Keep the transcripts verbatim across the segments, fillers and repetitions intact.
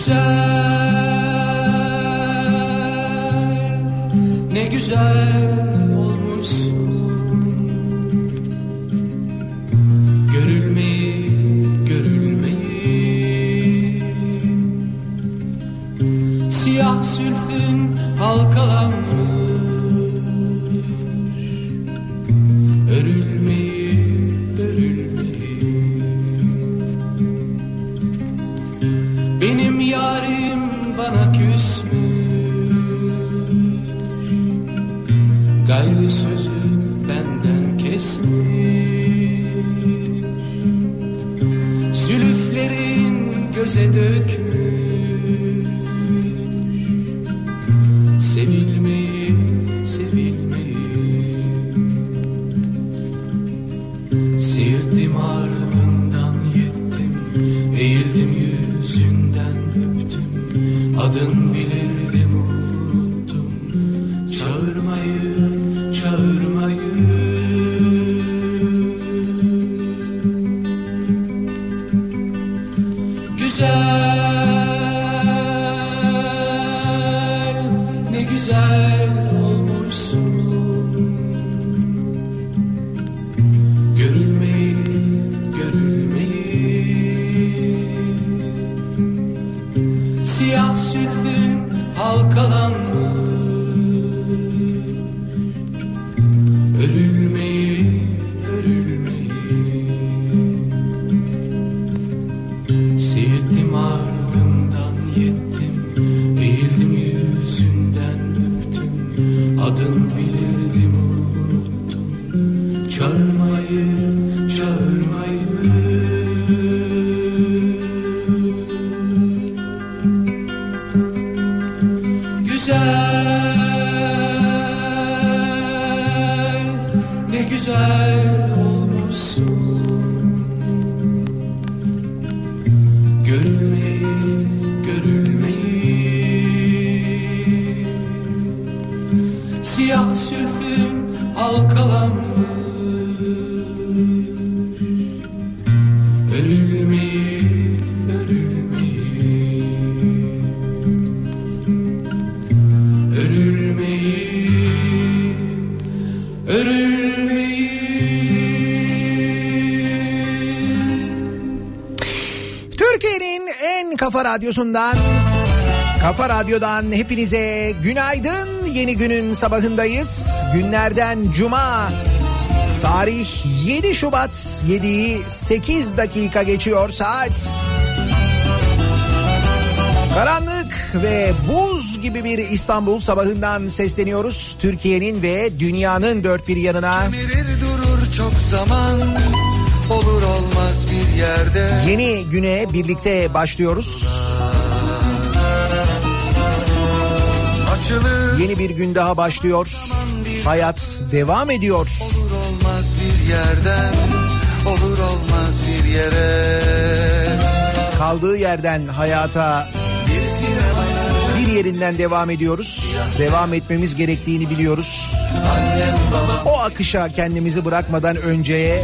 ne güzel olmuşsun. Görülmeyi, görülmeyi. Siyah zülfün halkalanmış. Örülmeyi, örülmeyi. Benim yarim bana küsmüş. Gayrı sözü benden kesmiş. Zülüflerin göze dökmüş. Sevilmeyi, sevilmeyi. Sıyırdım ardından yettim. Eğildim yüzünden öptüm. Adın bilirdim unuttum. Çağırmayı, çağırmayı. Güzel, ne güzel olmuşsun. Görülmeyi, görülmeyi. Siyah zülfün halkalanmış. Örülmeyi, örülmeyi. Sıyırdım ardından yettim. Eğildim yüzünden öptüm. Adın bilirdim unuttum. Çağırmayı, çağırmayı. Güzel, ne güzel olmuşsun. Görülmeyi, görülmeyi. Siyah zülfün halkalanmış. Örülmeyi, örülmeyi. Örülmeyi, örülmeyi. Türkiye'nin en kafa radyosundan, Kafa Radyo'dan hepinize günaydın. Yeni günün sabahındayız. Günlerden cuma. Tarih yedi Şubat, yediyi sekiz dakika geçiyor saat. Karanlık ve buz gibi bir İstanbul sabahından sesleniyoruz. Türkiye'nin ve dünyanın dört bir yanına. Durur çok zaman, olur olmaz bir yerde. Yeni güne birlikte başlıyoruz. Açılır, yeni bir gün daha başlıyor. Hayat devam ediyor. Olur olmaz bir yerden, olur olmaz bir yere. Kaldığı yerden hayata bir yerinden devam ediyoruz. Devam etmemiz gerektiğini biliyoruz. Annem, babam, o akışa kendimizi bırakmadan önceye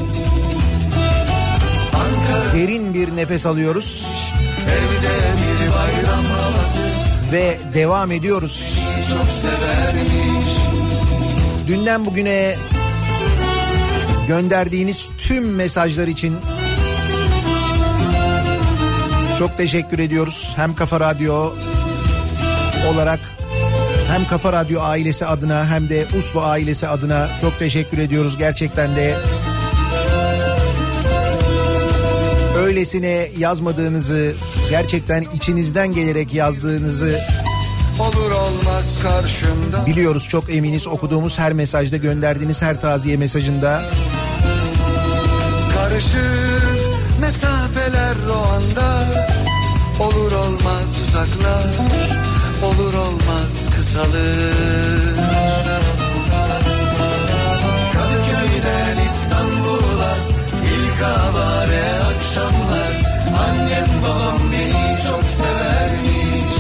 derin bir nefes alıyoruz. evde bir bayram havası. Ve devam ediyoruz. Çok severmiş. Dünden bugüne gönderdiğiniz tüm mesajlar için çok teşekkür ediyoruz. Hem Kafa Radyo olarak, hem Kafa Radyo ailesi adına, hem de Uslu ailesi adına çok teşekkür ediyoruz. Gerçekten de öylesine yazmadığınızı, gerçekten içinizden gelerek yazdığınızı olur olmaz karşımda. biliyoruz, çok eminiz. Okuduğumuz her mesajda, gönderdiğiniz her taziye mesajında. Karışır mesafeler o anda, olur olmaz uzaklar, olur olmaz kısalır. Kadıköy'den İstanbul'a ilk avare akşamlar, annem babam beni çok severmiş.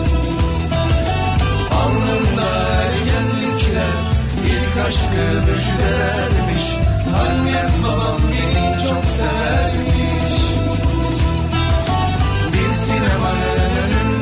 Alnımda ergenlikler ilk aşkı müjdelermiş, annem babam beni çok severmiş. Bir sinemanın önünde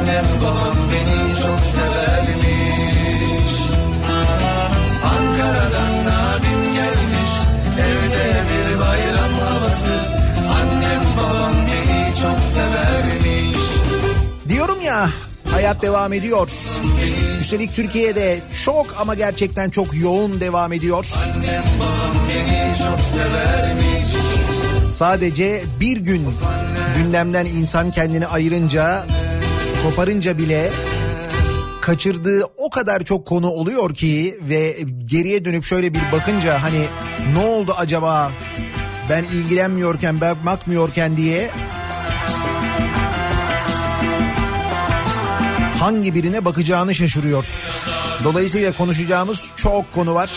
Annem babam beni çok severmiş. Ankara'dan abim gelmiş, evde bir bayram havası. Annem babam beni çok severmiş. Diyorum ya, hayat devam ediyor. Üstelik Türkiye'de çok ama gerçekten çok yoğun devam ediyor. Annem babam beni çok severmiş. Sadece bir gün gündemden insan kendini ayırınca, koparınca bile kaçırdığı o kadar çok konu oluyor ki ve geriye dönüp şöyle bir bakınca hani ne oldu acaba ben ilgilenmiyorken, ben bakmıyorken diye hangi birine bakacağını şaşırıyor. Dolayısıyla konuşacağımız çok konu var.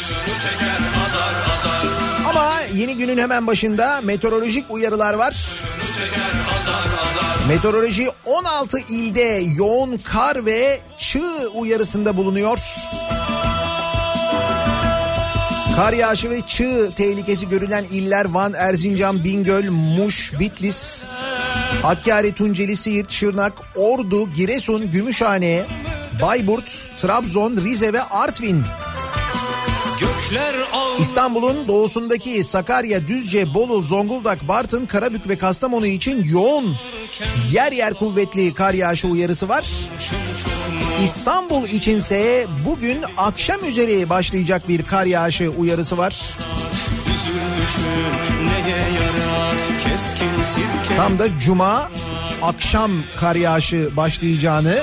Ama yeni günün hemen başında meteorolojik uyarılar var. Meteoroloji on altı ilde yoğun kar ve çığ uyarısında bulunuyor. Kar yağışı ve çığ tehlikesi görülen iller Van, Erzincan, Bingöl, Muş, Bitlis, Hakkari, Tunceli, Siirt, Şırnak, Ordu, Giresun, Gümüşhane, Bayburt, Trabzon, Rize ve Artvin. İstanbul'un doğusundaki Sakarya, Düzce, Bolu, Zonguldak, Bartın, Karabük ve Kastamonu için yoğun, yer yer kuvvetli kar yağışı uyarısı var. İstanbul içinse bugün akşam üzeri başlayacak bir kar yağışı uyarısı var. Tam da cuma akşam kar yağışı başlayacağını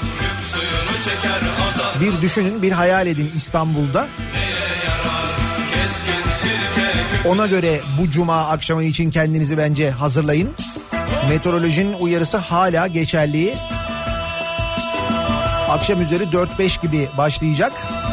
bir düşünün, bir hayal edin İstanbul'da. Ona göre bu cuma akşamı için kendinizi bence hazırlayın. Meteorolojinin uyarısı hala geçerli. Akşam üzeri dört beş gibi başlayacak.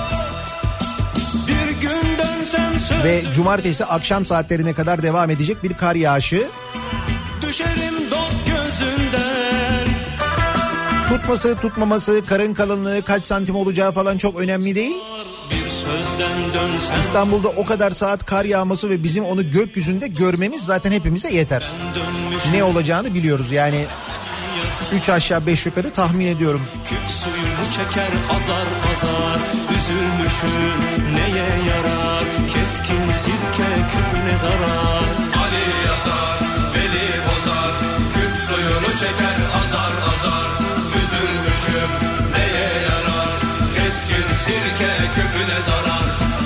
Ve cumartesi akşam saatlerine kadar devam edecek bir kar yağışı. Düşerim dost gözünden. Tutması tutmaması, karın kalınlığı kaç santim olacağı falan çok önemli değil. İstanbul'da o kadar saat kar yağması ve bizim onu gökyüzünde görmemiz zaten hepimize yeter. Ne olacağını biliyoruz yani. Üç aşağı beş yukarı tahmin ediyorum. Küp suyunu çeker azar azar, üzülmüşüm neye yarar, keskin sirke küpüne zarar. Ali yazar, beni bozar, küp suyunu çeker azar azar, üzülmüşüm neye yarar, keskin sirke küpüne zarar.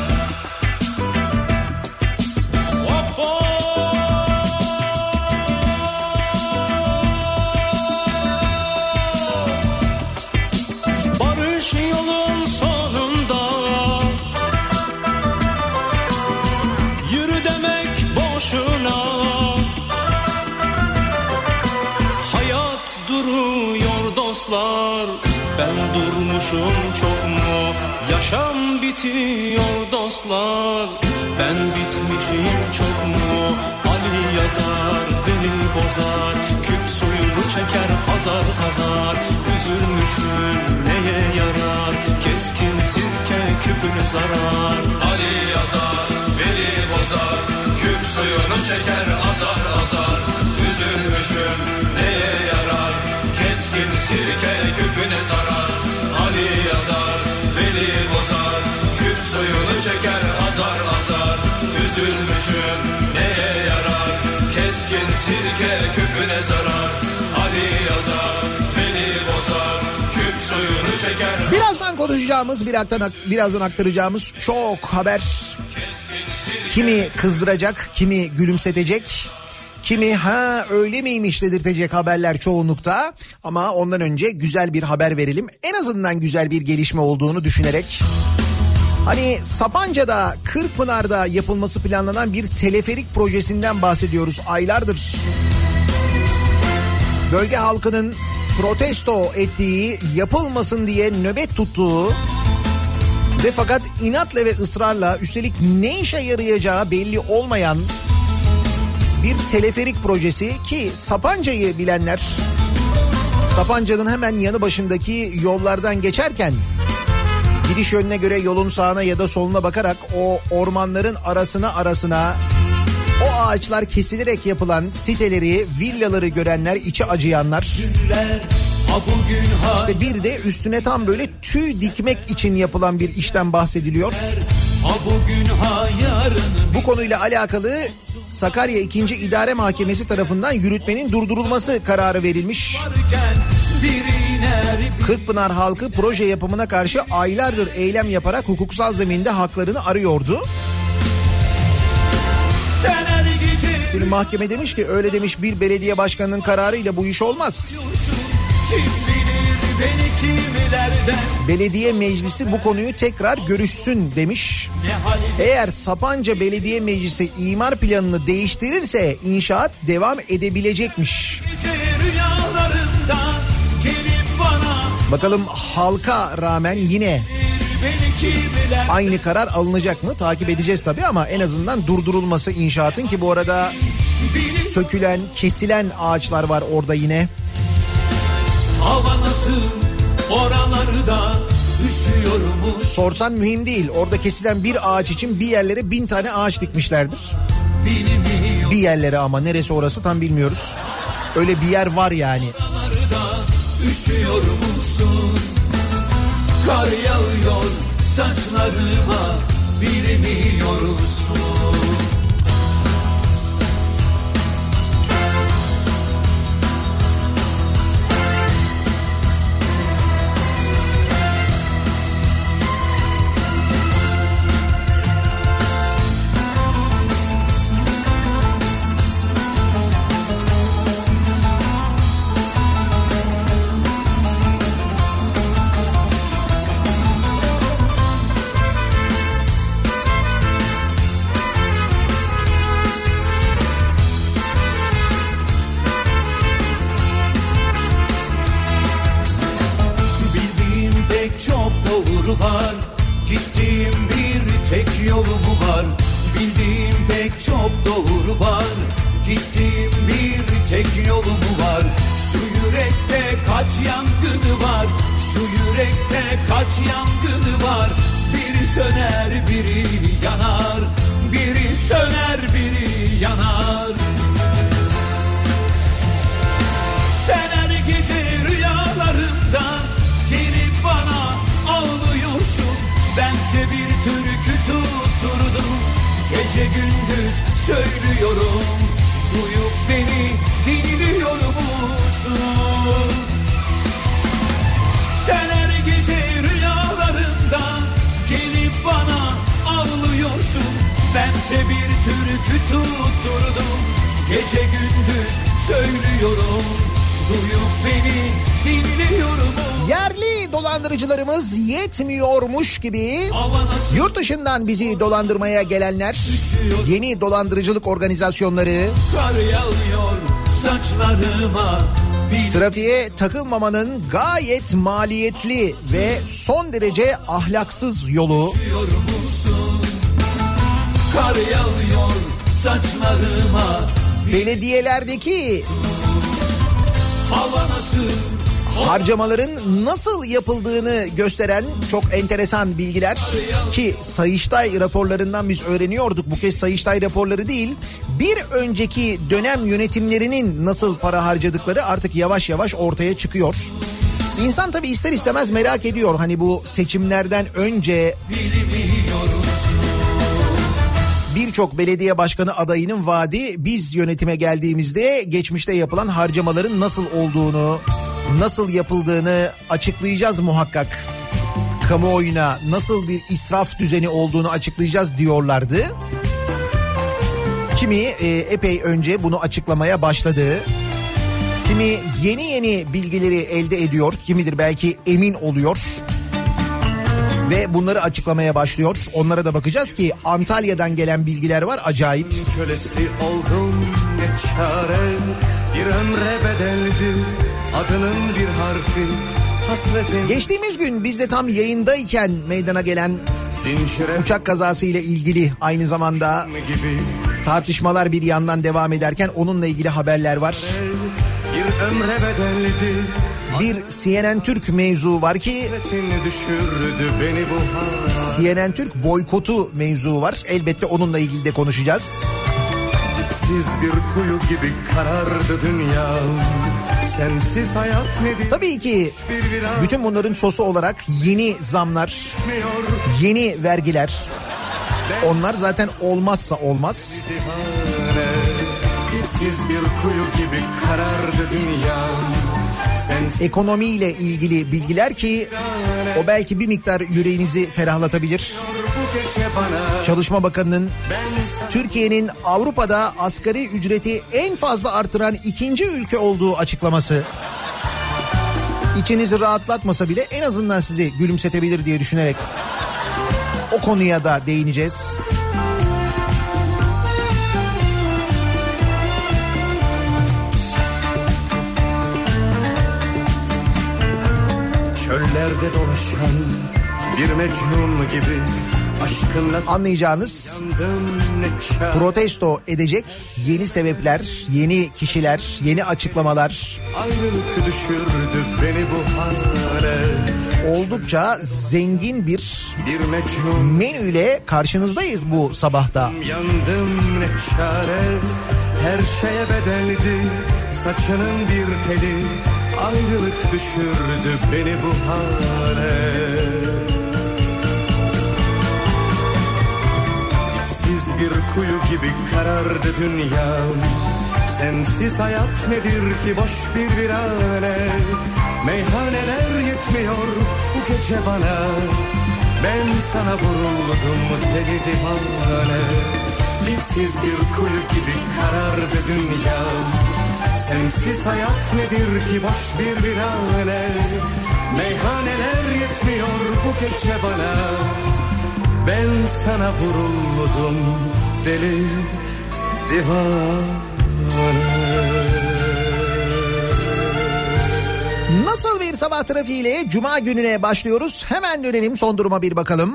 Ben durmuşum çok mu? Yaşam bitiyor dostlar. Ben bitmişim çok mu? Ali yazar, beni bozar, küp suyunu çeker azar azar, üzülmüşüm neye yarar, keskin sirke küpüne zarar. Ali yazar, beni bozar, küp suyunu çeker azar azar, üzülmüşüm neye yarar, keskin sirke küpüne zarar. Ali yazar, beni bozar, küp suyunu çeker azar azar, üzülmüşüm neye yarar, keskin sirke küpüne zarar. Ali yazar, beni bozar, küp suyunu çeker. Birazdan konuşacağımız, birazdan, birazdan aktaracağımız çok haber. Kimi kızdıracak, kimi gülümsetecek, kimi ha öyle miymiş dedirtecek haberler çoğunlukta. Ama ondan önce güzel bir haber verelim. En azından güzel bir gelişme olduğunu düşünerek. Hani Sapanca'da, Kırkpınar'da yapılması planlanan bir teleferik projesinden bahsediyoruz aylardır. Bölge halkının protesto ettiği, yapılmasın diye nöbet tuttuğu ve fakat inatla ve ısrarla, üstelik ne işe yarayacağı belli olmayan bir teleferik projesi ki Sapanca'yı bilenler, Sapanca'nın hemen yanı başındaki yollardan geçerken gidiş yönüne göre yolun sağına ya da soluna bakarak o ormanların arasına arasına o ağaçlar kesilerek yapılan siteleri, villaları görenler, içi acıyanlar. İşte bir de üstüne tam böyle tüy dikmek için yapılan bir işten bahsediliyor. Bu konuyla alakalı Sakarya ikinci İdare Mahkemesi tarafından yürütmenin durdurulması kararı verilmiş. Kırkpınar halkı proje yapımına karşı aylardır eylem yaparak hukuksal zeminde haklarını arıyordu. Şimdi mahkeme demiş ki öyle demiş bir belediye başkanının kararıyla bu iş olmaz. Belediye meclisi bu konuyu tekrar görüşsün demiş. Eğer Sapanca Belediye Meclisi imar planını değiştirirse inşaat devam edebilecekmiş. Bakalım halka rağmen yine aynı karar alınacak mı? Takip edeceğiz tabii ama en azından durdurulması inşaatın, ki bu arada sökülen, kesilen ağaçlar var orada yine. Hava nasıl oralarda üşüyormuş. Sorsan mühim değil. Orada kesilen bir ağaç için bir yerlere bin tane ağaç dikmişlerdir. Bilmiyorum. Bir yerlere, ama neresi orası tam bilmiyoruz. Öyle bir yer var yani. Oralarda üşüyor musun? Kar yağıyor saçlarıma, bilmiyorsun. Var. Gittiğim bir tek yolumu var. Bildiğim pek çok doğru var. Gittiğim bir tek yolumu var. Şu yürekte kaç yangını var. Şu yürekte kaç yangını var. Biri söner biri yanar. Biri söner biri yanar. Sen her gece rüyalarımdan gelip bana ağlıyorsun. Bense bir türkü tutturdum. Gece gündüz söylüyorum. Duyup beni dinliyor musun? Sen her gece rüyalarımdan gelip bana ağlıyorsun. Bense bir türkü tutturdum. Gece gündüz söylüyorum. Duyup beni dinliyor musun? Yerli dolandırıcılarımız yetmiyormuş gibi yurt dışından bizi dolandırmaya gelenler, yeni dolandırıcılık organizasyonları, trafiğe takılmamanın gayet maliyetli ve son derece ahlaksız yolu. Kar yağıyor saçlarıma. Belediyelerdeki harcamaların nasıl yapıldığını gösteren çok enteresan bilgiler, ki Sayıştay raporlarından biz öğreniyorduk. Bu kez Sayıştay raporları değil, bir önceki dönem yönetimlerinin nasıl para harcadıkları artık yavaş yavaş ortaya çıkıyor. İnsan tabii ister istemez merak ediyor, hani bu seçimlerden önce birçok belediye başkanı adayının vaadi, biz yönetime geldiğimizde geçmişte yapılan harcamaların nasıl olduğunu, nasıl yapıldığını açıklayacağız muhakkak. Kamuoyuna nasıl bir israf düzeni olduğunu açıklayacağız diyorlardı. Kimi e, epey önce bunu açıklamaya başladı. Kimi yeni yeni bilgileri elde ediyor, kimidir belki emin oluyor ve bunları açıklamaya başlıyor. Onlara da bakacağız ki Antalya'dan gelen bilgiler var, acayip. Kölesi oldum ne çare, bir ömre bedeldi adının bir harfi, hasretin. Geçtiğimiz gün biz de tam yayındayken meydana gelen uçak kazası ile ilgili aynı zamanda tartışmalar bir yandan devam ederken onunla ilgili haberler var. Bir ömre bedeldi. Bir C N N Türk mevzu var ki C N N Türk boykotu mevzu var. Elbette onunla ilgili de konuşacağız. Dipsiz bir kuyu gibi karardı dünya. Sensiz hayat nedir? Tabii ki bütün bunların sosu olarak yeni zamlar, yeni vergiler. Onlar zaten olmazsa olmaz. Dipsiz bir kuyu gibi karardı dünya. Ekonomiyle ilgili bilgiler ki o belki bir miktar yüreğinizi ferahlatabilir. Çalışma Bakanı'nın Türkiye'nin Avrupa'da asgari ücreti en fazla artıran ikinci ülke olduğu açıklaması içinizi rahatlatmasa bile en azından sizi gülümsetebilir diye düşünerek o konuya da değineceğiz. Çöllerde dolaşan bir mecnun gibi aşkınla anlayacağınız protesto edecek yeni sebepler, yeni kişiler, yeni açıklamalar. Ayrılık düşürdü beni bu hale. Oldukça zengin bir, bir mecnun menüyle karşınızdayız bu sabahta. Yandım ne çare, her şeye bedeldi saçının bir teli. Ayrılık düşürdü beni bu hale. Dipsiz bir kuyu gibi karardı dünya. Sensiz hayat nedir ki boş bir virane. Meyhaneler yetmiyor bu gece bana. Ben sana vuruldum deli divane. Dipsiz bir kuyu gibi karardı dünya. Sensiz hayat nedir ki boş bir virane. Meyhaneler yetmiyor bu gece bana. Ben sana vuruldum deli divane. Nasıl bir sabah trafiğiyle Cuma gününe başlıyoruz? Hemen dönelim, son duruma bir bakalım.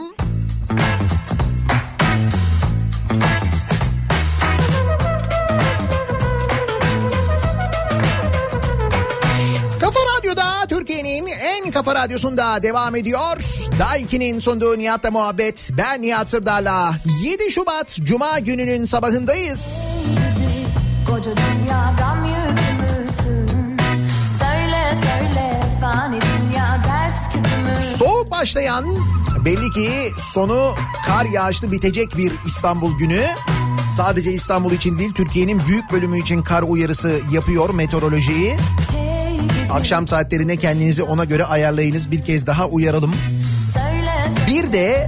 Kafa Radyo'da, Türkiye'nin en kafa radyosunda devam ediyor. Daiki'nin sunduğu Nihat'la muhabbet. Ben Nihat Sırdar'la yedi Şubat Cuma gününün sabahındayız. Koca dünya gam yükümüzsün. Söyle söyle fani dünya dert küpümüz. Soğuk başlayan, belli ki sonu kar yağışlı bitecek bir İstanbul günü. Sadece İstanbul için değil, Türkiye'nin büyük bölümü için kar uyarısı yapıyor meteorolojiyi. Akşam saatlerine kendinizi ona göre ayarlayınız, bir kez daha uyaralım. Bir de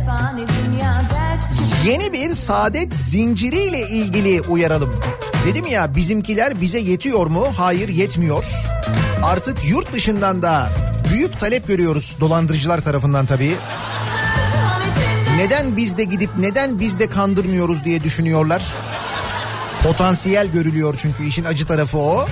yeni bir saadet zinciriyle ilgili uyaralım. Dedim ya, bizimkiler bize yetiyor mu? Hayır, yetmiyor. Artık yurt dışından da büyük talep görüyoruz, dolandırıcılar tarafından tabii. Neden biz de gidip neden biz de kandırmıyoruz diye düşünüyorlar. Potansiyel görülüyor çünkü, işin acı tarafı o.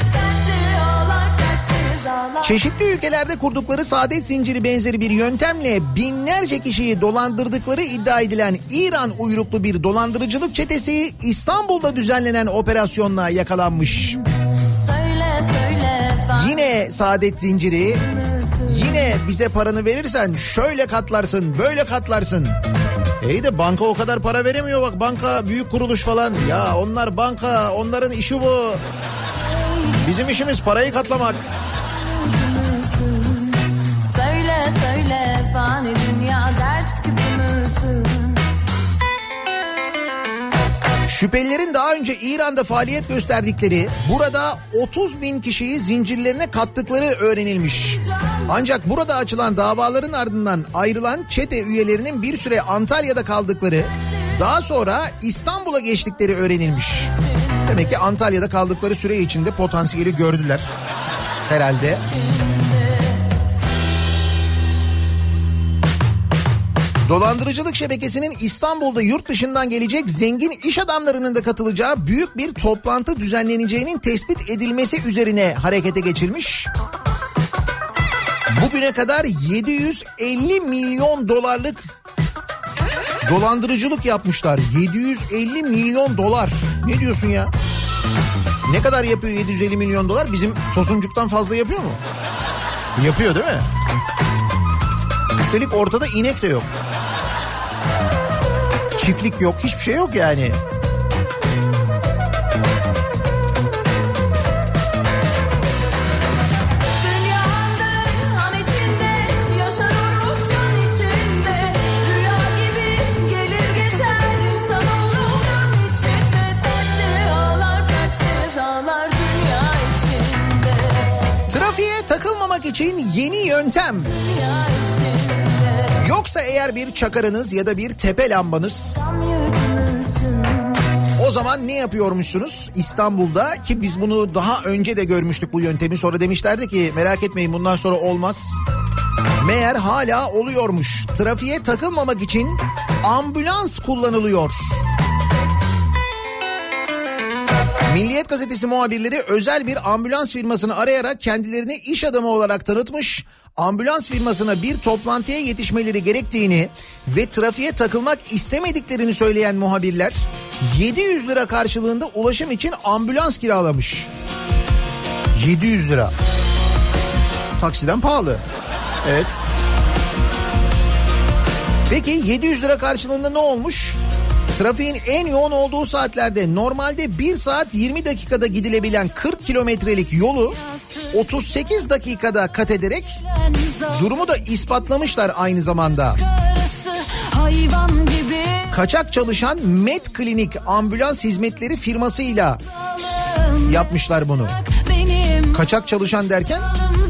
Çeşitli ülkelerde kurdukları saadet zinciri benzeri bir yöntemle binlerce kişiyi dolandırdıkları iddia edilen İran uyruklu bir dolandırıcılık çetesi İstanbul'da düzenlenen operasyonla yakalanmış. Söyle, söyle, yine saadet zinciri, yine bize paranı verirsen şöyle katlarsın, böyle katlarsın. İyi de banka o kadar para veremiyor, bak banka büyük kuruluş falan. Ya onlar banka, onların işi bu. Bizim işimiz parayı katlamak. Söyle söyle fani dünya dert küpümüzsün. Şüphelilerin daha önce İran'da faaliyet gösterdikleri, burada otuz bin kişiyi zincirlerine kattıkları öğrenilmiş. Ancak burada açılan davaların ardından ayrılan çete üyelerinin bir süre Antalya'da kaldıkları, daha sonra İstanbul'a geçtikleri öğrenilmiş. Demek ki Antalya'da kaldıkları süre içinde potansiyeli gördüler herhalde. Dolandırıcılık şebekesinin İstanbul'da yurt dışından gelecek zengin iş adamlarının da katılacağı büyük bir toplantı düzenleneceğinin tespit edilmesi üzerine harekete geçilmiş. Bugüne kadar yedi yüz elli milyon dolarlık dolandırıcılık yapmışlar. yedi yüz elli milyon dolar. Ne diyorsun ya? Ne kadar yapıyor yedi yüz elli milyon dolar? Bizim Tosuncuk'tan fazla yapıyor mu? Yapıyor değil mi? Üstelik ortada inek de yok. Çiftlik yok, hiçbir şey yok yani. takılmak için yeni yöntem. Yoksa eğer bir çakarınız ya da bir tepe lambanız, o zaman ne yapıyormuşsunuz İstanbul'da? Ki biz bunu daha önce de görmüştük bu yöntemi. Sonra demişlerdi ki merak etmeyin bundan sonra olmaz. Meğer hala oluyormuş. Trafiğe takılmamak için ambulans kullanılıyor. Milliyet Gazetesi muhabirleri özel bir ambulans firmasını arayarak kendilerini iş adamı olarak tanıtmış. Ambulans firmasına bir toplantıya yetişmeleri gerektiğini ve trafiğe takılmak istemediklerini söyleyen muhabirler yedi yüz lira karşılığında ulaşım için ambulans kiralamış. yedi yüz lira. Taksiden pahalı. Evet. Peki yedi yüz lira karşılığında ne olmuş? Trafiğin en yoğun olduğu saatlerde normalde bir saat yirmi dakikada gidilebilen kırk kilometrelik yolu otuz sekiz dakikada kat ederek durumu da ispatlamışlar aynı zamanda. Kaçak çalışan Met Klinik ambulans hizmetleri firmasıyla yapmışlar bunu. Kaçak çalışan derken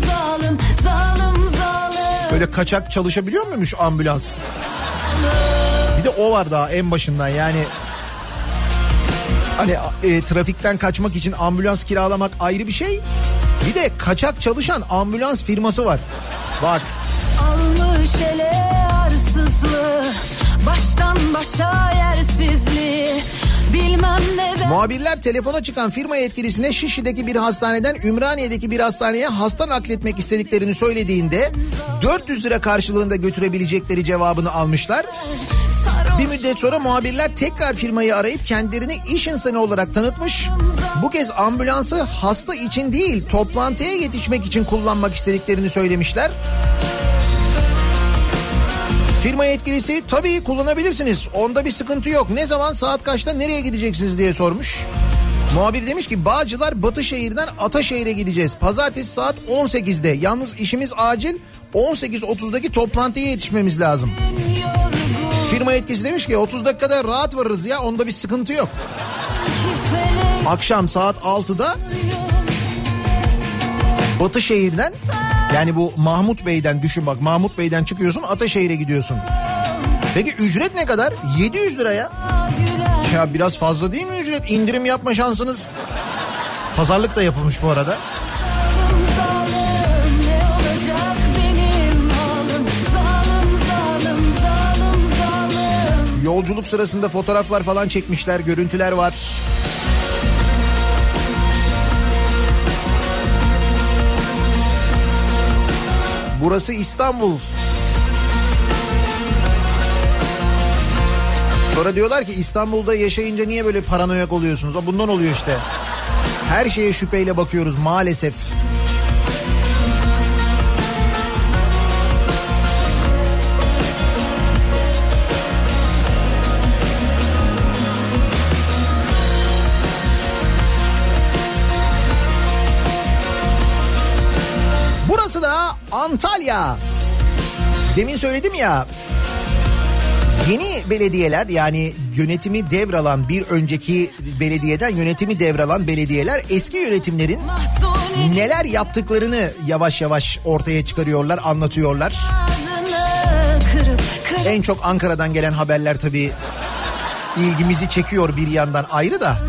böyle kaçak çalışabiliyor muymuş ambulans? Bir de o var daha en başından yani. Hani e, trafikten kaçmak için ambulans kiralamak ayrı bir şey. Bir de kaçak çalışan ambulans firması var. Bak. Almış ele arsızlığı, baştan başa yersizliği, bilmem neden. Muhabirler telefona çıkan firma yetkilisine Şişli'deki bir hastaneden Ümraniye'deki bir hastaneye hasta nakletmek istediklerini söylediğinde dört yüz lira karşılığında götürebilecekleri cevabını almışlar. Bir müddet sonra muhabirler tekrar firmayı arayıp kendilerini iş insanı olarak tanıtmış. Bu kez ambulansı hasta için değil toplantıya yetişmek için kullanmak istediklerini söylemişler. Firma yetkilisi tabii kullanabilirsiniz, onda bir sıkıntı yok, ne zaman saat kaçta nereye gideceksiniz diye sormuş. Muhabir demiş ki Bağcılar Batışehir'den Ataşehir'e gideceğiz. Pazartesi saat on sekizde, yalnız işimiz acil, on sekiz otuzdaki toplantıya yetişmemiz lazım. Firma yetkisi demiş ki otuz dakikada rahat varırız ya, onda bir sıkıntı yok. Akşam saat altıda Batışehir'den, yani bu Mahmut Bey'den düşün bak, Mahmut Bey'den çıkıyorsun Ataşehir'e gidiyorsun. Peki ücret ne kadar? yedi yüz lira ya. Ya biraz fazla değil mi ücret? İndirim yapma şansınız. Pazarlık da yapılmış bu arada. Yolculuk sırasında fotoğraflar falan çekmişler, görüntüler var. Burası İstanbul. Sonra diyorlar ki İstanbul'da yaşayınca niye böyle paranoyak oluyorsunuz? O bundan oluyor işte. Her şeye şüpheyle bakıyoruz maalesef. Burası da Antalya. Demin söyledim ya. Yeni belediyeler, yani yönetimi devralan bir önceki belediyeden yönetimi devralan belediyeler eski yönetimlerin neler yaptıklarını yavaş yavaş ortaya çıkarıyorlar, anlatıyorlar. En çok Ankara'dan gelen haberler tabii ilgimizi çekiyor bir yandan, ayrı da.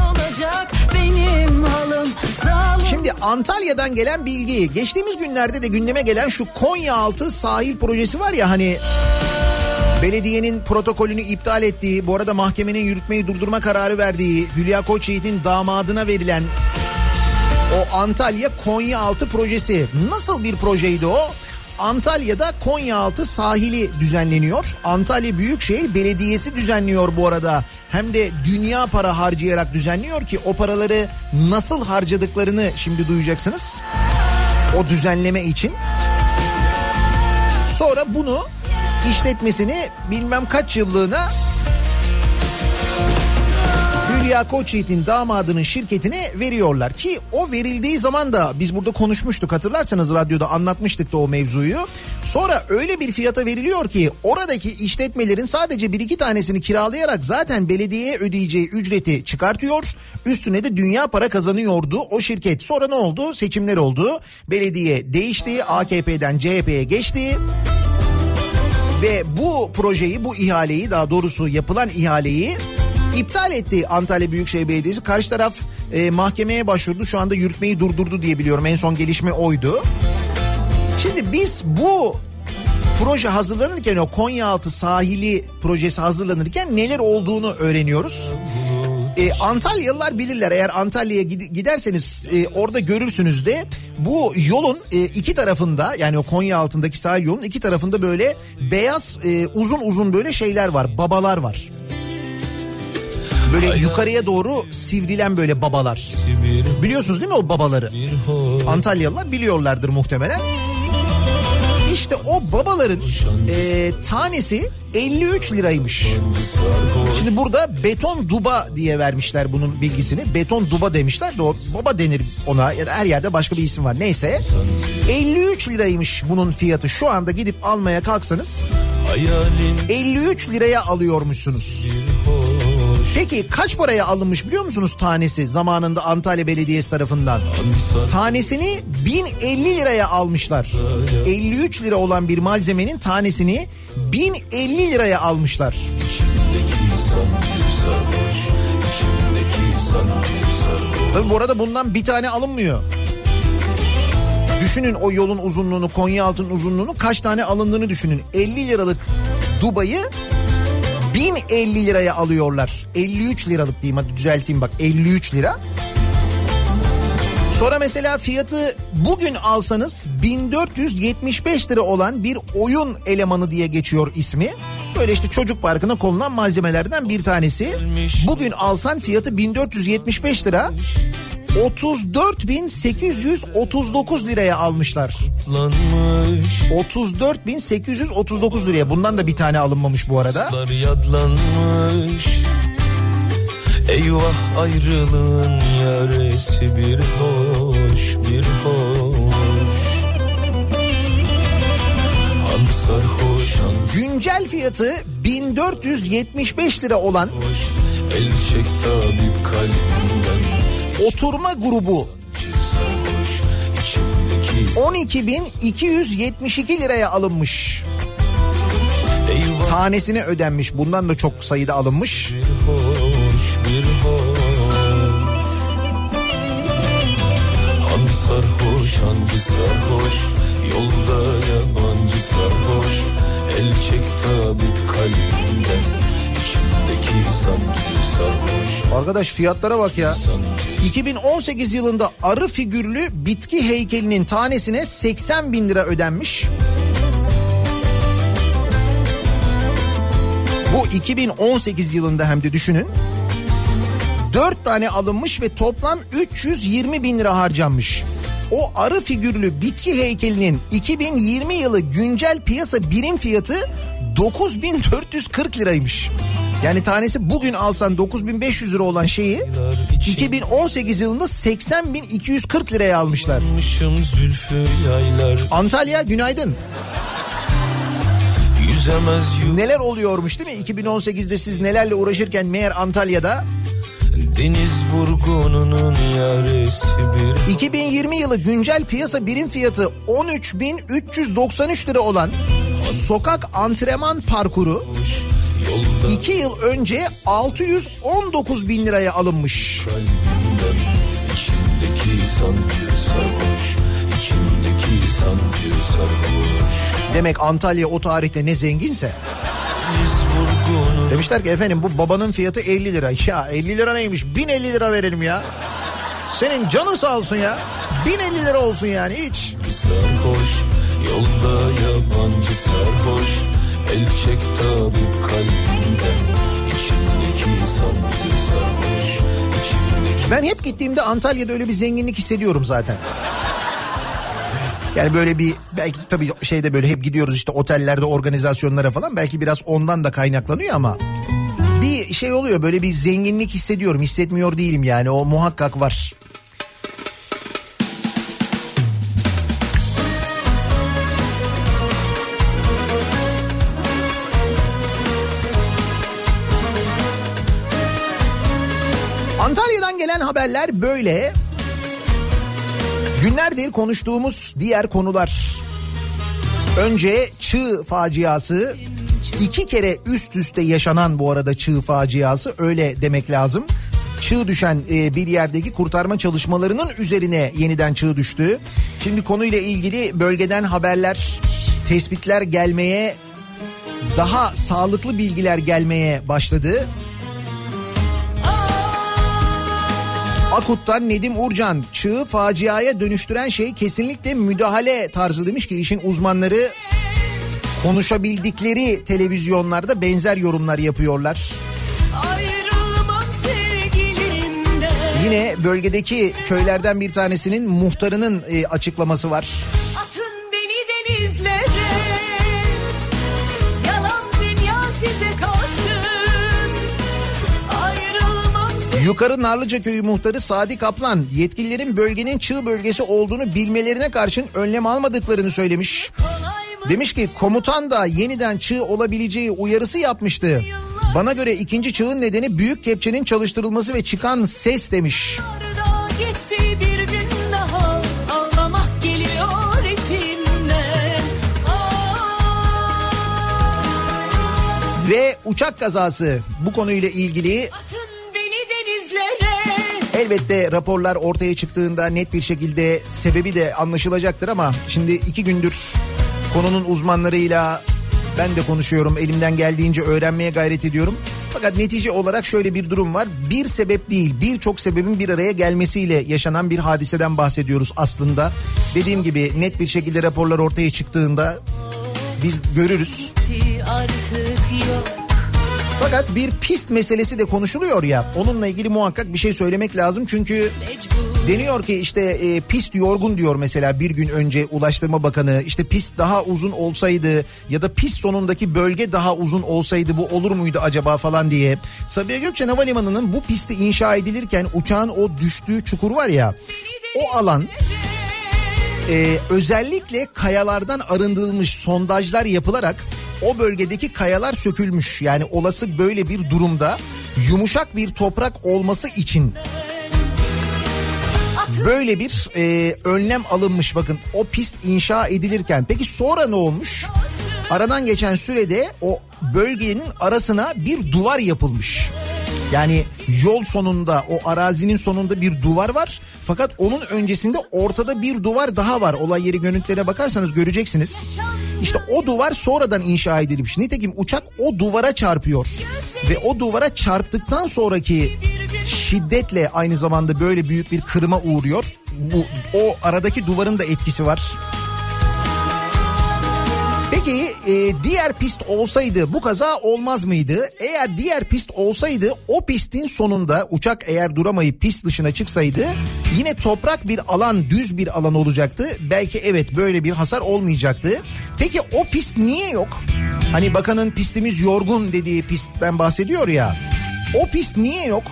Şimdi Antalya'dan gelen bilgi, geçtiğimiz günlerde de gündeme gelen şu Konyaaltı sahil projesi var ya hani, belediyenin protokolünü iptal ettiği, bu arada mahkemenin yürütmeyi durdurma kararı verdiği, Hülya Koçyiğit'in damadına verilen o Antalya Konyaaltı projesi. Nasıl bir projeydi o? Antalya'da Konyaaltı sahili düzenleniyor. Antalya Büyükşehir Belediyesi düzenliyor bu arada. Hem de dünya para harcayarak düzenliyor ki o paraları nasıl harcadıklarını şimdi duyacaksınız. O düzenleme için. Sonra bunu işletmesini bilmem kaç yıllığına Hülya Koçyiğit'in damadının şirketine veriyorlar ki o verildiği zaman da biz burada konuşmuştuk, hatırlarsanız radyoda anlatmıştık da o mevzuyu. Sonra öyle bir fiyata veriliyor ki oradaki işletmelerin sadece bir iki tanesini kiralayarak zaten belediyeye ödeyeceği ücreti çıkartıyor. Üstüne de dünya para kazanıyordu o şirket. Sonra ne oldu? Seçimler oldu. Belediye değişti. A K P'den C H P'ye geçti. Ve bu projeyi, bu ihaleyi, daha doğrusu yapılan ihaleyi iptal etti Antalya Büyükşehir Belediyesi. Karşı taraf e, mahkemeye başvurdu. Şu anda yürütmeyi durdurdu diye biliyorum. En son gelişme oydu. Şimdi biz bu proje hazırlanırken, o Konyaaltı sahili projesi hazırlanırken neler olduğunu öğreniyoruz. Ee, Antalyalılar bilirler, eğer Antalya'ya giderseniz e, orada görürsünüz de bu yolun e, iki tarafında, yani o Konyaaltı'ndaki sahil yolun iki tarafında böyle beyaz e, uzun uzun böyle şeyler var, babalar var. Böyle yukarıya doğru sivrilen böyle babalar. Biliyorsunuz değil mi o babaları? Antalyalılar biliyorlardır muhtemelen. İşte o babaların e, tanesi elli üç liraymış. Şimdi burada beton duba diye vermişler bunun bilgisini. Beton duba demişler de o baba denir ona. Ya da her yerde başka bir isim var. Neyse. elli üç liraymış bunun fiyatı. Şu anda gidip almaya kalksanız elli üç liraya alıyormuşsunuz. Peki kaç paraya alınmış biliyor musunuz tanesi zamanında Antalya Belediyesi tarafından? Tanesini bin elli liraya almışlar. elli üç lira olan bir malzemenin tanesini bin elli liraya almışlar. Tabii bu arada bundan bir tane alınmıyor. Düşünün o yolun uzunluğunu, Konyaaltı'nın uzunluğunu, kaç tane alındığını düşünün. elli liralık dubayı bin elli liraya alıyorlar. elli üç liralık diyeyim, hadi düzelteyim bak, elli üç lira. Sonra mesela fiyatı bugün alsanız bin dört yüz yetmiş beş lira olan bir oyun elemanı diye geçiyor ismi. Böyle işte çocuk parkına konulan malzemelerden bir tanesi. Bugün alsan fiyatı bin dört yüz yetmiş beş lira. otuz dört bin sekiz yüz otuz dokuz liraya almışlar. otuz dört bin sekiz yüz otuz dokuz liraya. Bundan da bir tane alınmamış bu arada. Yadlanmış. Eyvah ayrılığın yaresi bir hoş bir hoş. Han sarhoş han. Güncel fiyatı bin dört yüz yetmiş beş lira olan hoş. El çek tabip kalbimden. Oturma grubu on iki bin iki yüz yetmiş iki liraya alınmış. Eyvah. Tanesine ödenmiş. Bundan da çok sayıda alınmış. Bir hoş, bir hoş. Han sarhoş, hangi sarhoş? Yolda yabancı sarhoş. El çek tabip kalbimden. İçimdeki sancı sarhoş. Arkadaş fiyatlara bak ya. iki bin on sekiz yılında arı figürlü bitki heykelinin tanesine seksen bin lira ödenmiş. Bu iki bin on sekiz yılında, hem de düşünün. dört tane alınmış ve toplam üç yüz yirmi bin lira harcanmış. O arı figürlü bitki heykelinin iki bin yirmi yılı güncel piyasa birim fiyatı dokuz bin dört yüz kırk liraymış. Yani tanesi bugün alsan dokuz bin beş yüz lira olan şeyi iki bin on sekiz yılında seksen bin iki yüz kırk liraya almışlar. Antalya günaydın. Neler oluyormuş değil mi? iki bin on sekizde siz nelerle uğraşırken meğer Antalya'da. Deniz vurgununun yaresi bir. iki bin yirmi yılı güncel piyasa birim fiyatı on üç bin üç yüz doksan üç lira olan sokak antrenman parkuru iki yıl önce altı yüz on dokuz bin liraya alınmış. Kalbimden içimdeki sancı sarhoş, içimdeki sancı sarhoş. Demek Antalya o tarihte ne zenginse. Demişler ki efendim bu babanın fiyatı elli lira. Ya elli lira neymiş? bin elli lira verelim ya. Senin canın sağ olsun ya. bin elli lira olsun yani hiç. Sarhoş, yolda yabancı sarhoş. El çek tabip kalbimden. İçimdeki sancı sarhoş, içimdeki... Ben hep gittiğimde Antalya'da öyle bir zenginlik hissediyorum zaten. Yani böyle bir, belki tabii şeyde böyle hep gidiyoruz işte otellerde, organizasyonlara falan, belki biraz ondan da kaynaklanıyor ama bir şey oluyor, böyle bir zenginlik hissediyorum, hissetmiyor değilim yani, o muhakkak var. haberler böyle. Günlerdir konuştuğumuz diğer konular. Önce çığ faciası, iki kere üst üste yaşanan bu arada çığ faciası, öyle demek lazım. Çığ düşen bir yerdeki kurtarma çalışmalarının üzerine yeniden çığ düştü. Şimdi konuyla ilgili bölgeden haberler, tespitler gelmeye, daha sağlıklı bilgiler gelmeye başladı. Akut'tan Nedim Urcan, çığı faciaya dönüştüren şey kesinlikle müdahale tarzı demiş ki işin uzmanları konuşabildikleri televizyonlarda benzer yorumlar yapıyorlar. Yine bölgedeki köylerden bir tanesinin muhtarının e, açıklaması var. Atın beni denizlere, yalan dünya size kalsın. Ayrılmam size. Yukarı Narlıca Köyü muhtarı Sadi Kaplan, yetkililerin bölgenin çığ bölgesi olduğunu bilmelerine karşın önlem almadıklarını söylemiş. Demiş ki komutan da yeniden çığ olabileceği uyarısı yapmıştı. Bana göre ikinci çığın nedeni büyük kepçenin çalıştırılması ve çıkan ses demiş. Geçti bir gün daha, ağlamak geliyor içimden. Ve uçak kazası, bu konuyla ilgili elbette raporlar ortaya çıktığında net bir şekilde sebebi de anlaşılacaktır ama şimdi iki gündür konunun uzmanlarıyla ben de konuşuyorum, elimden geldiğince öğrenmeye gayret ediyorum. Fakat netice olarak şöyle bir durum var. Bir sebep değil, birçok sebebin bir araya gelmesiyle yaşanan bir hadiseden bahsediyoruz aslında. Dediğim gibi net bir şekilde raporlar ortaya çıktığında biz görürüz. Fakat bir pist meselesi de konuşuluyor ya, onunla ilgili muhakkak bir şey söylemek lazım. Çünkü deniyor ki işte e, pist yorgun diyor mesela bir gün önce Ulaştırma Bakanı. İşte pist daha uzun olsaydı ya da pist sonundaki bölge daha uzun olsaydı bu olur muydu acaba falan diye. Sabiha Gökçen Havalimanı'nın bu pisti inşa edilirken uçağın o düştüğü çukur var ya, o alan e, özellikle kayalardan arındırılmış, sondajlar yapılarak o bölgedeki kayalar sökülmüş. Yani olası böyle bir durumda yumuşak bir toprak olması için böyle bir e, önlem alınmış. Bakın o pist inşa edilirken. Peki sonra ne olmuş? Aradan geçen sürede o bölgenin arasına bir duvar yapılmış. Yani yol sonunda, o arazinin sonunda bir duvar var. Fakat onun öncesinde ortada bir duvar daha var. Olay yeri görüntülerine bakarsanız göreceksiniz. İşte o duvar sonradan inşa edilmiş. Nitekim uçak o duvara çarpıyor. Ve o duvara çarptıktan sonraki şiddetle aynı zamanda böyle büyük bir kırıma uğruyor. Bu, o aradaki duvarın da etkisi var. Peki e, diğer pist olsaydı bu kaza olmaz mıydı? Eğer diğer pist olsaydı o pistin sonunda uçak eğer duramayıp pist dışına çıksaydı yine toprak bir alan, düz bir alan olacaktı. Belki evet böyle bir hasar olmayacaktı. Peki o pist niye yok? Hani bakanın pistimiz yorgun dediği pistten bahsediyor ya. O pist niye yok?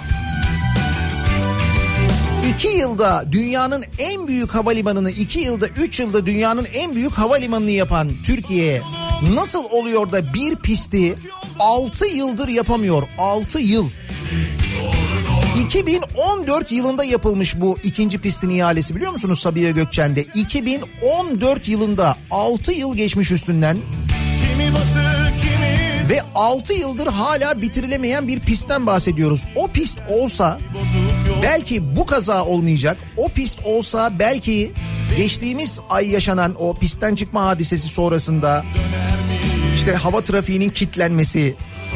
İki yılda dünyanın en büyük havalimanını, iki yılda, üç yılda dünyanın en büyük havalimanını yapan Türkiye nasıl oluyor da bir pisti altı yıldır yapamıyor? altı yıl. iki bin on dört yılında yapılmış bu ikinci pistin ihalesi, biliyor musunuz Sabiha Gökçen'de? iki bin on dört yılında, altı yıl geçmiş üstünden. Kimi batı, kimi... Ve altı yıldır hala bitirilemeyen bir pistten bahsediyoruz. O pist olsa belki bu kaza olmayacak. O pist olsa belki geçtiğimiz ay yaşanan o pistten çıkma hadisesi sonrasında işte hava trafiğinin kilitlenmesi,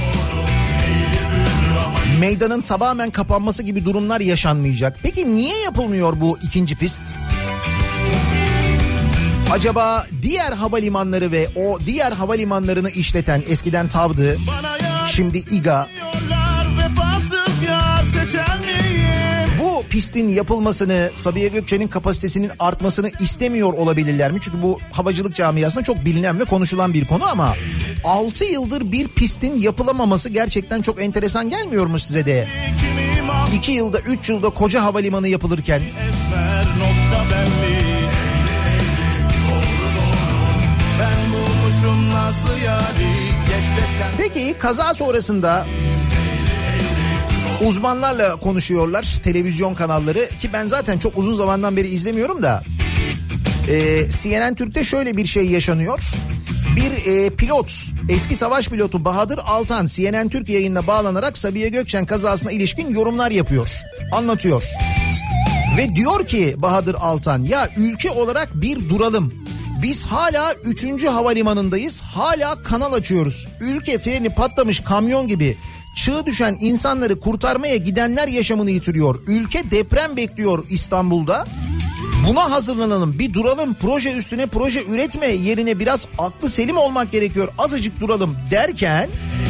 meydanın tamamen kapanması gibi durumlar yaşanmayacak. Peki niye yapılmıyor bu ikinci pist? Acaba diğer havalimanları ve o diğer havalimanlarını işleten, eskiden TAV'dı, şimdi İGA, bu pistin yapılmasını, Sabiha Gökçen'in kapasitesinin artmasını istemiyor olabilirler mi? Çünkü bu havacılık camiasında çok bilinen ve konuşulan bir konu ama altı yıldır bir pistin yapılamaması gerçekten çok enteresan gelmiyor mu size de? iki yılda, üç yılda koca havalimanı yapılırken. Peki kaza sonrasında Uzmanlarla konuşuyorlar televizyon kanalları ki ben zaten çok uzun zamandan beri izlemiyorum da. Ee, C N N Türk'te şöyle bir şey yaşanıyor. Bir e, pilot, eski savaş pilotu Bahadır Altan C N N Türk yayınına bağlanarak Sabiha Gökçen kazasına ilişkin yorumlar yapıyor, anlatıyor. Ve diyor ki Bahadır Altan, ya ülke olarak bir duralım. Biz hala üçüncü havalimanındayız, hala kanal açıyoruz. Ülke freni patlamış kamyon gibi. Çığ düşen insanları kurtarmaya gidenler yaşamını yitiriyor. Ülke deprem bekliyor İstanbul'da. Buna hazırlanalım, bir duralım, proje üstüne proje üretme yerine biraz aklı selim olmak gerekiyor, azıcık duralım derken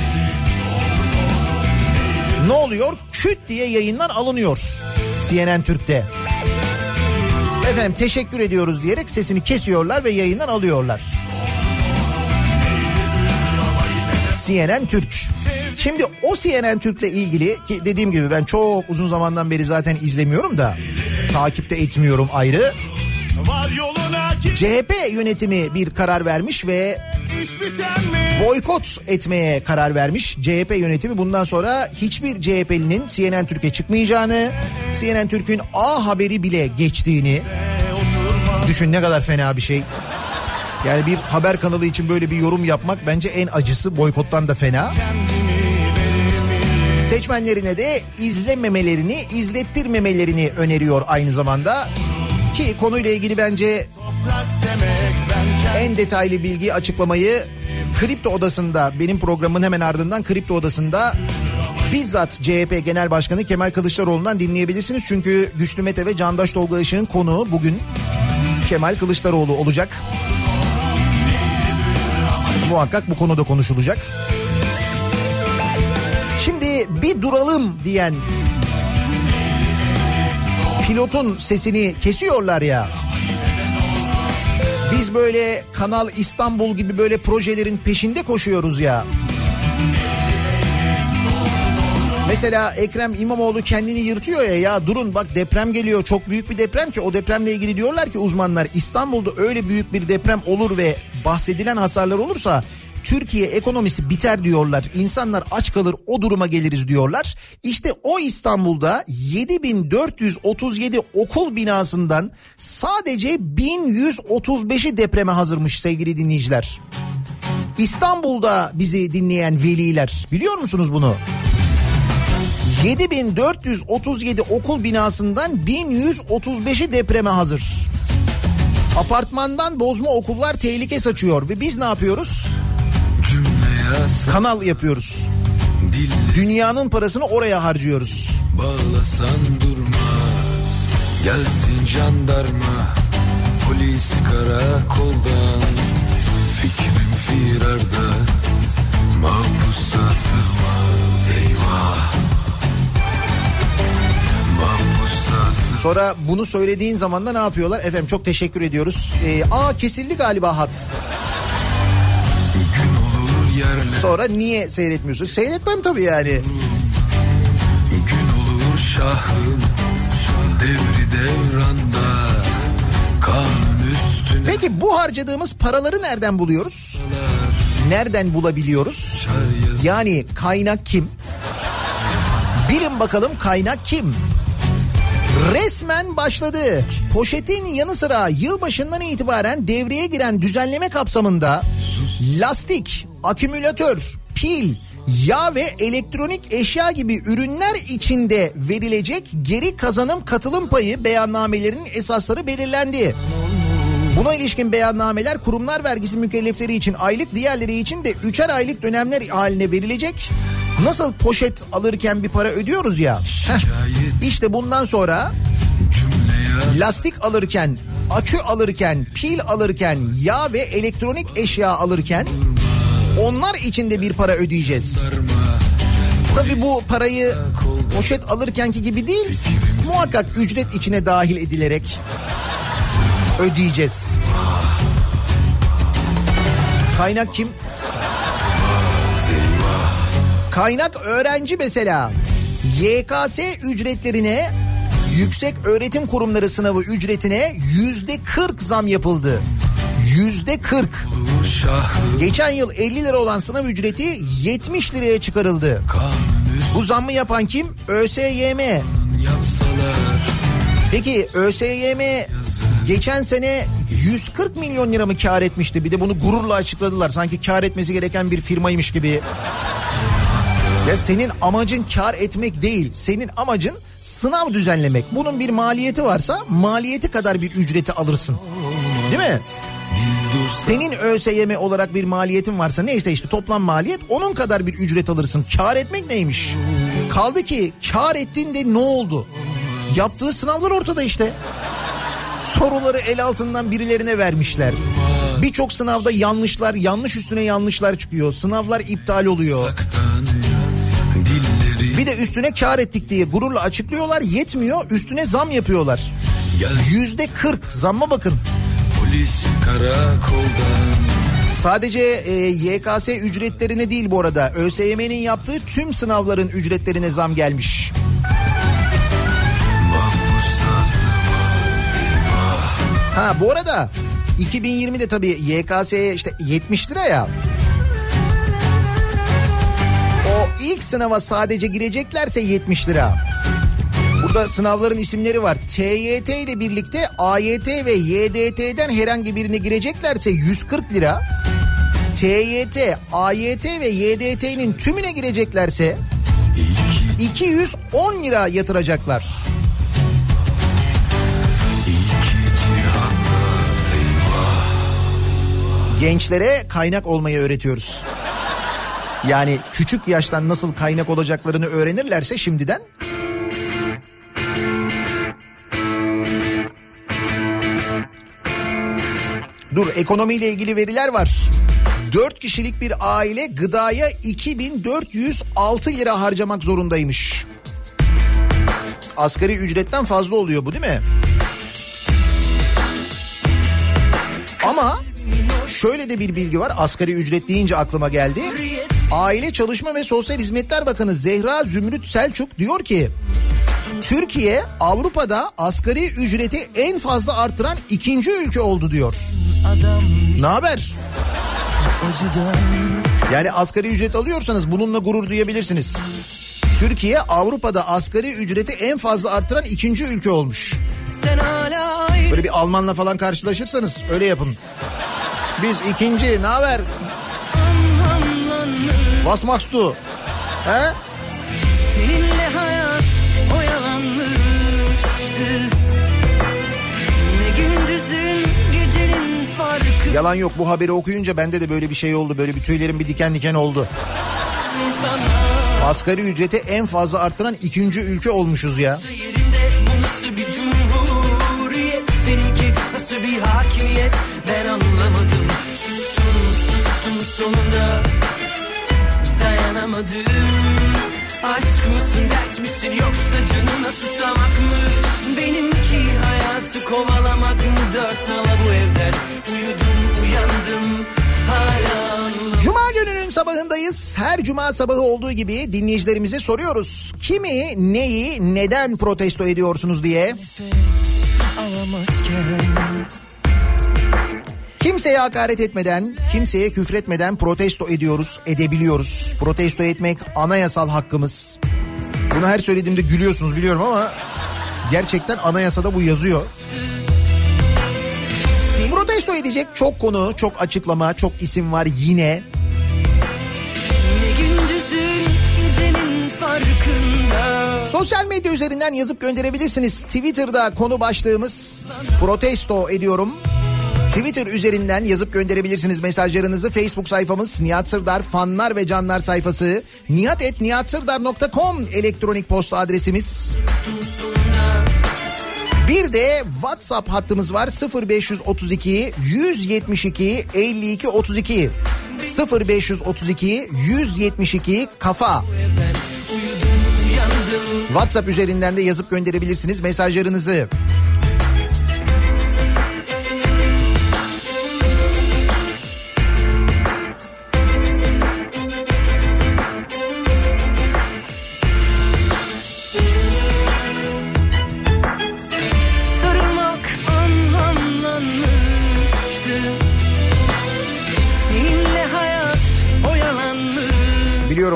ne oluyor? Küt diye yayından alınıyor C N N Türk'te. Efendim teşekkür ediyoruz diyerek sesini kesiyorlar ve yayından alıyorlar. C N N Türk. Şimdi o C N N Türk'le ilgili ki dediğim gibi ben çok uzun zamandan beri zaten izlemiyorum da takipte etmiyorum ayrı. C H P yönetimi bir karar vermiş ve boykot etmeye karar vermiş. C H P yönetimi bundan sonra hiçbir C H P'linin C N N Türk'e çıkmayacağını, C N N Türk'ün A Haberi bile geçtiğini, düşün ne kadar fena bir şey. Yani bir haber kanalı için böyle bir yorum yapmak bence en acısı, boykottan da fena. Seçmenlerine de izlememelerini, izlettirmemelerini öneriyor aynı zamanda. Ki konuyla ilgili bence en detaylı bilgi, açıklamayı Kripto Odası'nda, benim programın hemen ardından Kripto Odası'nda bizzat C H P Genel Başkanı Kemal Kılıçdaroğlu'ndan dinleyebilirsiniz. Çünkü Güçlü Mete ve Candaş Tolga Işık'ın konuğu bugün Kemal Kılıçdaroğlu olacak. Muhakkak bu konuda konuşulacak. Şimdi bir duralım diyen pilotun sesini kesiyorlar ya. Biz böyle Kanal İstanbul gibi böyle projelerin peşinde koşuyoruz ya. Mesela Ekrem İmamoğlu kendini yırtıyor ya, ya durun bak deprem geliyor, çok büyük bir deprem ki o depremle ilgili diyorlar ki uzmanlar İstanbul'da öyle büyük bir deprem olur ve bahsedilen hasarlar olursa Türkiye ekonomisi biter diyorlar. İnsanlar aç kalır, o duruma geliriz diyorlar. İşte o İstanbul'da yedi bin dört yüz otuz yedi okul binasından sadece bin yüz otuz beşi depreme hazırmış sevgili dinleyiciler. İstanbul'da bizi dinleyen veliler, biliyor musunuz bunu? yedi bin dört yüz otuz yedi okul binasından bin yüz otuz beşi depreme hazır. Apartmandan bozma okullar tehlike saçıyor ve biz ne yapıyoruz? Kanal yapıyoruz. Dünyanın parasını oraya harcıyoruz. Bağlasan durmaz. Gelsin jandarma, polis karakoldan. Fikrim firarda, mahpusa sığmaz. Eyvah. Sonra bunu söylediğin zaman da ne yapıyorlar? Efendim çok teşekkür ediyoruz. Ee, aa kesildi galiba hat. Sonra niye seyretmiyorsun? Seyretmem tabii yani. Gün olur şahım, devri devranda, kanun üstüne. Peki bu harcadığımız paraları nereden buluyoruz? Nereden bulabiliyoruz? Yani kaynak kim? Bilin bakalım kaynak kim? Resmen başladı. Poşetin yanı sıra yılbaşından itibaren devreye giren düzenleme kapsamında lastik, akümülatör, pil, yağ ve elektronik eşya gibi ürünler içinde verilecek geri kazanım katılım payı beyannamelerinin esasları belirlendi. Buna ilişkin beyannameler kurumlar vergisi mükellefleri için aylık, diğerleri için de üçer aylık dönemler haline verilecek. Nasıl poşet alırken bir para ödüyoruz ya. Heh, işte bundan sonra lastik alırken, akü alırken, pil alırken, yağ ve elektronik eşya alırken onlar için de bir para ödeyeceğiz. Tabii bu parayı poşet alırkenki gibi değil, muhakkak ücret içine dahil edilerek ödeyeceğiz. Kaynak kim? Kaynak öğrenci mesela. Y K S ücretlerine, yüksek öğretim kurumları sınavı ücretine yüzde kırk zam yapıldı. Yüzde kırk. Geçen yıl elli lira olan sınav ücreti yetmiş liraya çıkarıldı. Bu zammı yapan kim? ÖSYM. Yapsalar Peki ÖSYM geçen sene yüz kırk milyon lira mı kar etmişti? Bir de bunu gururla açıkladılar. Sanki kar etmesi gereken bir firmaymış gibi. Ya senin amacın kar etmek değil. Senin amacın sınav düzenlemek. Bunun bir maliyeti varsa maliyeti kadar bir ücreti alırsın. Değil mi? Senin ÖSYM olarak bir maliyetin varsa neyse işte toplam maliyet onun kadar bir ücret alırsın. Kar etmek neymiş? Kaldı ki kar ettiğinde ne oldu? Yaptığı sınavlar ortada işte. Soruları el altından birilerine vermişler. Birçok sınavda yanlışlar, yanlış üstüne yanlışlar çıkıyor. Sınavlar iptal oluyor. Bir de üstüne kar ettik diye gururla açıklıyorlar, yetmiyor, üstüne zam yapıyorlar. Yüzde kırk zamma bakın. Polis karakoldan. Sadece e, Y K S ücretlerine değil bu arada, ÖSYM'nin yaptığı tüm sınavların ücretlerine zam gelmiş. Ha bu arada iki bin yirmide tabii Y K S'ye işte yetmiş lira ya. O ilk sınava sadece gireceklerse yetmiş lira. Burada sınavların isimleri var. T Y T ile birlikte A Y T ve Y D T'den herhangi birine gireceklerse yüz kırk lira. T Y T, A Y T ve Y D T'nin tümüne gireceklerse iki yüz on lira yatıracaklar. Gençlere kaynak olmayı öğretiyoruz. Yani küçük yaştan nasıl kaynak olacaklarını öğrenirlerse şimdiden. Dur, ekonomiyle ilgili veriler var. dört kişilik bir aile gıdaya iki bin dört yüz altı lira harcamak zorundaymış. Asgari ücretten fazla oluyor bu, değil mi? Ama şöyle de bir bilgi var, asgari ücret deyince aklıma geldi. Aile Çalışma ve Sosyal Hizmetler Bakanı Zehra Zümrüt Selçuk diyor ki Türkiye Avrupa'da asgari ücreti en fazla artıran ikinci ülke oldu diyor. Ne haber? Yani asgari ücret alıyorsanız bununla gurur duyabilirsiniz. Türkiye Avrupa'da asgari ücreti en fazla artıran ikinci ülke olmuş. Böyle bir Almanla falan karşılaşırsanız öyle yapın. Biz ikinci, ne haber? Was machst du? He? Seninle hayat oyalanmıştı. Ne gündüzün gecenin farkı. Yalan yok, bu haberi okuyunca bende de böyle bir şey oldu. Böyle bir tüylerim bir diken diken oldu. Asgari ücreti en fazla arttıran ikinci ülke olmuşuz ya. Bu nasıl bir cumhuriyet? Seninki nasıl bir hakimiyet? Ben anlamadım. Sustum sustum sonunda. Dayanamadım. Aşk mısın, dert misin, yoksa canına susamak mı? Benimki hayatı kovalamak mı? Dört nala bu evden uyudum uyandım hala anlamadım. Cuma gününün sabahındayız. Her cuma sabahı olduğu gibi dinleyicilerimize soruyoruz. Kimi, neyi, neden protesto ediyorsunuz diye. Kimseye hakaret etmeden, kimseye küfretmeden protesto ediyoruz, edebiliyoruz. Protesto etmek anayasal hakkımız. Bunu her söylediğimde gülüyorsunuz biliyorum ama gerçekten anayasada bu yazıyor. Protesto edecek çok konu, çok açıklama, çok isim var yine. Sosyal medya üzerinden yazıp gönderebilirsiniz. Twitter'da konu başlığımız protesto ediyorum. Twitter üzerinden yazıp gönderebilirsiniz mesajlarınızı. Facebook sayfamız Nihat Sırdar fanlar ve canlar sayfası. nihat et nihat sırdar nokta com elektronik posta adresimiz. Bir de WhatsApp hattımız var. sıfır beş otuz iki yüz yetmiş iki elli iki otuz iki sıfır beş otuz iki yüz yetmiş iki kafa. WhatsApp üzerinden de yazıp gönderebilirsiniz mesajlarınızı.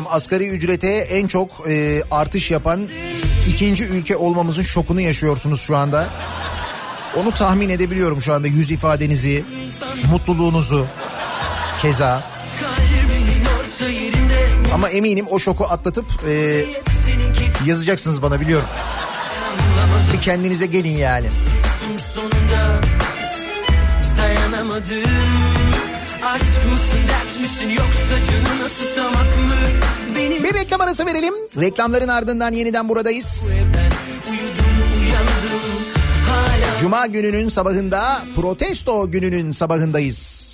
asgari ücrete en çok e, artış yapan ikinci ülke olmamızın şokunu yaşıyorsunuz şu anda. Onu tahmin edebiliyorum şu anda, yüz ifadenizi, mutluluğunuzu keza. Ama eminim o şoku atlatıp e, yazacaksınız bana, biliyorum. Bir kendinize gelin yani. Sonunda dayanamadım. Aşk mısın, dert misin, yoksa canına susamak mı? Benim... Bir reklam arası verelim. Reklamların ardından yeniden buradayız. Uyudum, uyandım, hala... Cuma gününün sabahında, protesto gününün sabahındayız.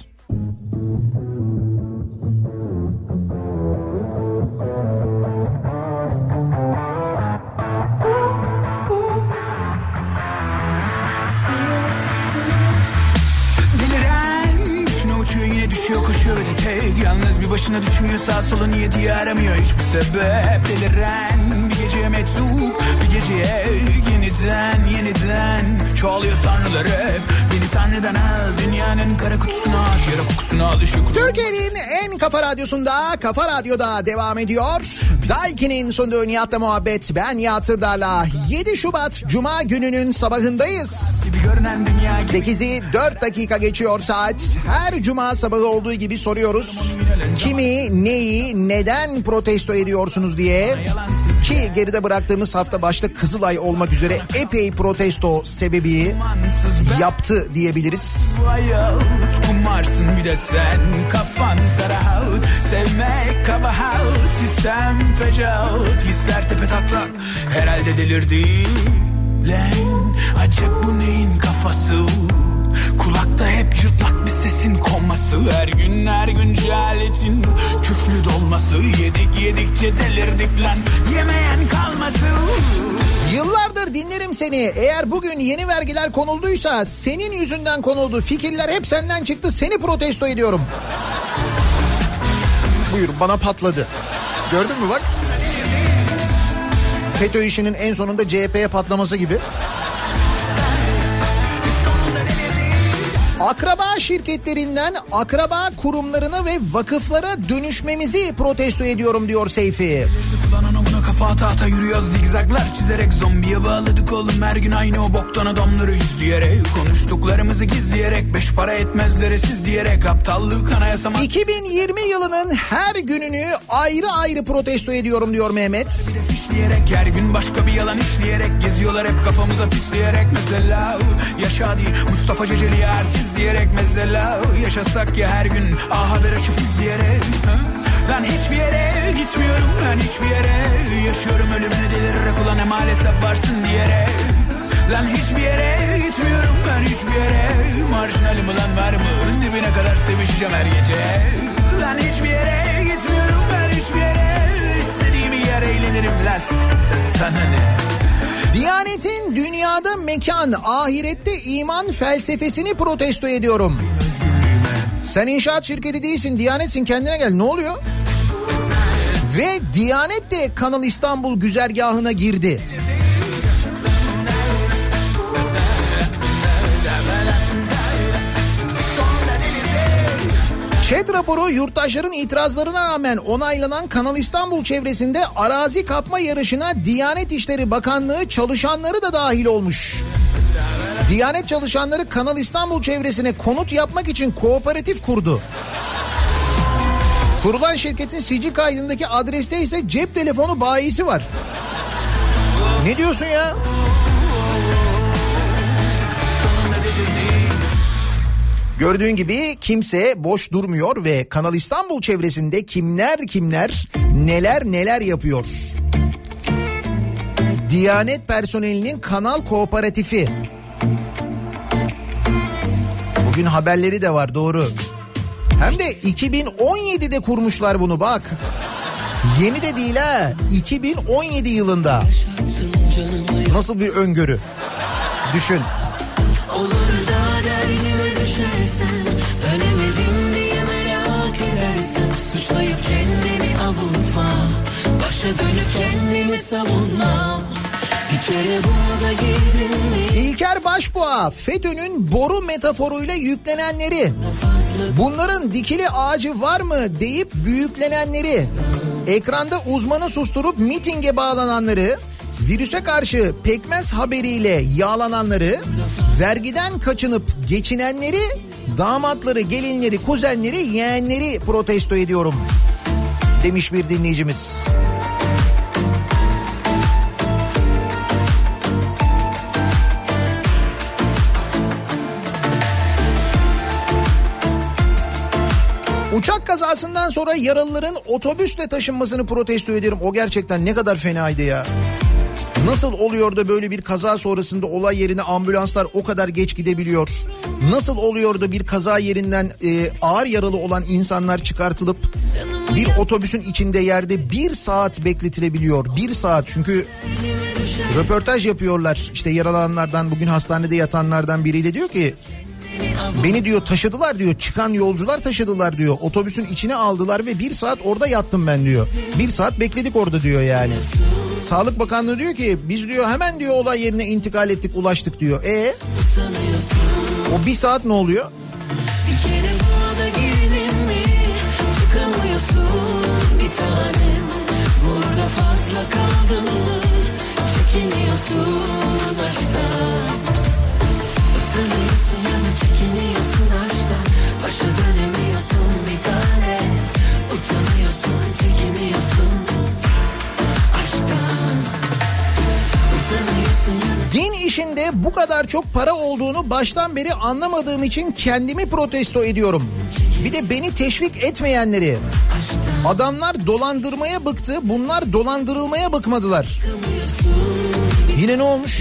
Düşüyor, koşuyor ve de tek yalnız bir başına düşünüyor, sağ sola niye diye aramıyor hiçbir sebep. Deliren bir geceye meczup, bir geceye yeniden yeniden çoğalıyor sanrılar hep. Beni Tanrı'dan al, dünyanın kara kutusuna at, yara kokusuna al, ışık. Türkiye'nin en kafa radyosunda, Kafa Radyo'da devam ediyor. Daiki'nin sunduğu Nihat'la muhabbet, ben Nihat Sırdar'la. yedi Şubat Cuma gününün sabahındayız. sekizi dört dakika geçiyor saat. Her Cuma sabahı olduğu gibi soruyoruz. Kimi, neyi, neden protesto ediyorsunuz diye. Ki geride bıraktığımız hafta başta Kızılay olmak üzere epey protesto sebebi yaptı diyebiliriz. Kumarsın bir de sen, kafan sarahat, sevmek kabahat, sistem fecaat, hisler tepe taklak, herhalde delirdi. Lan acep bu neyin kafası? Kulakta hep cırtlak bir sesin konması, her gün her gün cehaletin küflü dolması, yedik yedikçe delirdik lan, yemeyen kalması. Yıllardır dinlerim seni. Eğer bugün yeni vergiler konulduysa senin yüzünden konuldu. Fikirler hep senden çıktı. Seni protesto ediyorum. Buyur, bana patladı. Gördün mü bak? FETÖ işinin en sonunda C H P'ye patlaması gibi. Akraba şirketlerinden akraba kurumlarına ve vakıflara dönüşmemizi protesto ediyorum diyor Seyfi. Kafa ata ata yürüyoruz, zigzaglar çizerek, zombiye bağladık oğlum her gün aynı o boktan adamları izleyerek, konuştuklarımızı gizleyerek, beş para etmezlere siz diyerek, aptallık anayasama. iki bin yirmi yılının her gününü ayrı ayrı protesto ediyorum diyor Mehmet. Fişleyerek, her gün başka bir yalan işleyerek, geziyorlar hep kafamıza pisleyerek, mesela yaşa değil Mustafa Ceceli artist diyerek, mesela yaşasak ya her gün A Haber açıp izleyerek. Ben hiçbir yere gitmiyorum, ben hiçbir yere, yaşıyorum ölümüne delirerek, ulan ne maalesef varsın diyerek. Lan hiçbir yere gitmiyorum, ben hiçbir yere, marjinalim ulan var mı, dibine kadar sevişeceğim her gece. Lan hiçbir yere gitmiyorum, ben hiçbir yere, istediğimi yer eğlenirim las, sana ne? Diyanet'in dünyada mekan, ahirette iman felsefesini protesto ediyorum. Sen inşaat şirketi değilsin, Diyanet'sin, kendine gel, ne oluyor? Ve Diyanet de Kanal İstanbul güzergahına girdi. ÇED raporu yurttaşların itirazlarına rağmen onaylanan Kanal İstanbul çevresinde arazi kapma yarışına Diyanet İşleri Bakanlığı çalışanları da dahil olmuş. Diyanet çalışanları Kanal İstanbul çevresine konut yapmak için kooperatif kurdu. Kurulan şirketin sicil kaydındaki adreste ise cep telefonu bayisi var. Ne diyorsun ya? Gördüğün gibi kimse boş durmuyor ve Kanal İstanbul çevresinde kimler kimler neler neler yapıyor. Diyanet personelinin kanal kooperatifi. Bugün haberleri de var, doğru. Hem de iki bin on yedide kurmuşlar bunu, bak. Yeni de değil ha. iki bin on yedi yılında. Nasıl bir öngörü? Düşün. Olur da derdime düşersen, dönemedim diye merak edersen, suçlayıp kendini avutma, başa dönüp kendimi savunma. Bir kere buna da girdin mi? İlker Başbuğa, FETÖ'nün boru metaforuyla yüklenenleri, bunların dikili ağacı var mı deyip büyüklenenleri, Ekranda uzmanı susturup mitinge bağlananları, virüse karşı pekmez haberiyle yağlananları, vergiden kaçınıp geçinenleri, damatları, gelinleri, kuzenleri, yeğenleri protesto ediyorum demiş bir dinleyicimiz. Uçak kazasından sonra yaralıların otobüsle taşınmasını protesto ediyorum. O gerçekten ne kadar fenaydı ya. Nasıl oluyor da böyle bir kaza sonrasında olay yerine ambulanslar o kadar geç gidebiliyor? Nasıl oluyor da bir kaza yerinden e, ağır yaralı olan insanlar çıkartılıp bir otobüsün içinde yerde bir saat bekletilebiliyor? Bir saat, çünkü röportaj yapıyorlar işte yaralananlardan, bugün hastanede yatanlardan biriyle, diyor ki beni diyor taşıdılar diyor, çıkan yolcular taşıdılar diyor, otobüsün içine aldılar ve bir saat orada yattım ben diyor. Bir saat bekledik orada diyor yani. Sağlık Bakanlığı diyor ki biz diyor hemen diyor olay yerine intikal ettik, ulaştık diyor. E o bir saat ne oluyor? Bir kere buna da girdin mi çıkamıyorsun bir tanem. Burada fazla kaldın mı çekiniyorsun aşktan. Utanıyorsun ya da çekiniyorsun aşktan. Başa dönemiyorsun bir tane. Utanıyorsun, çekiniyorsun aşktan. Utanıyorsun ya da... Din işinde bu kadar çok para olduğunu baştan beri anlamadığım için kendimi protesto ediyorum. Bir de beni teşvik etmeyenleri. Adamlar dolandırmaya bıktı, bunlar dolandırılmaya bıkmadılar. Yine ne olmuş?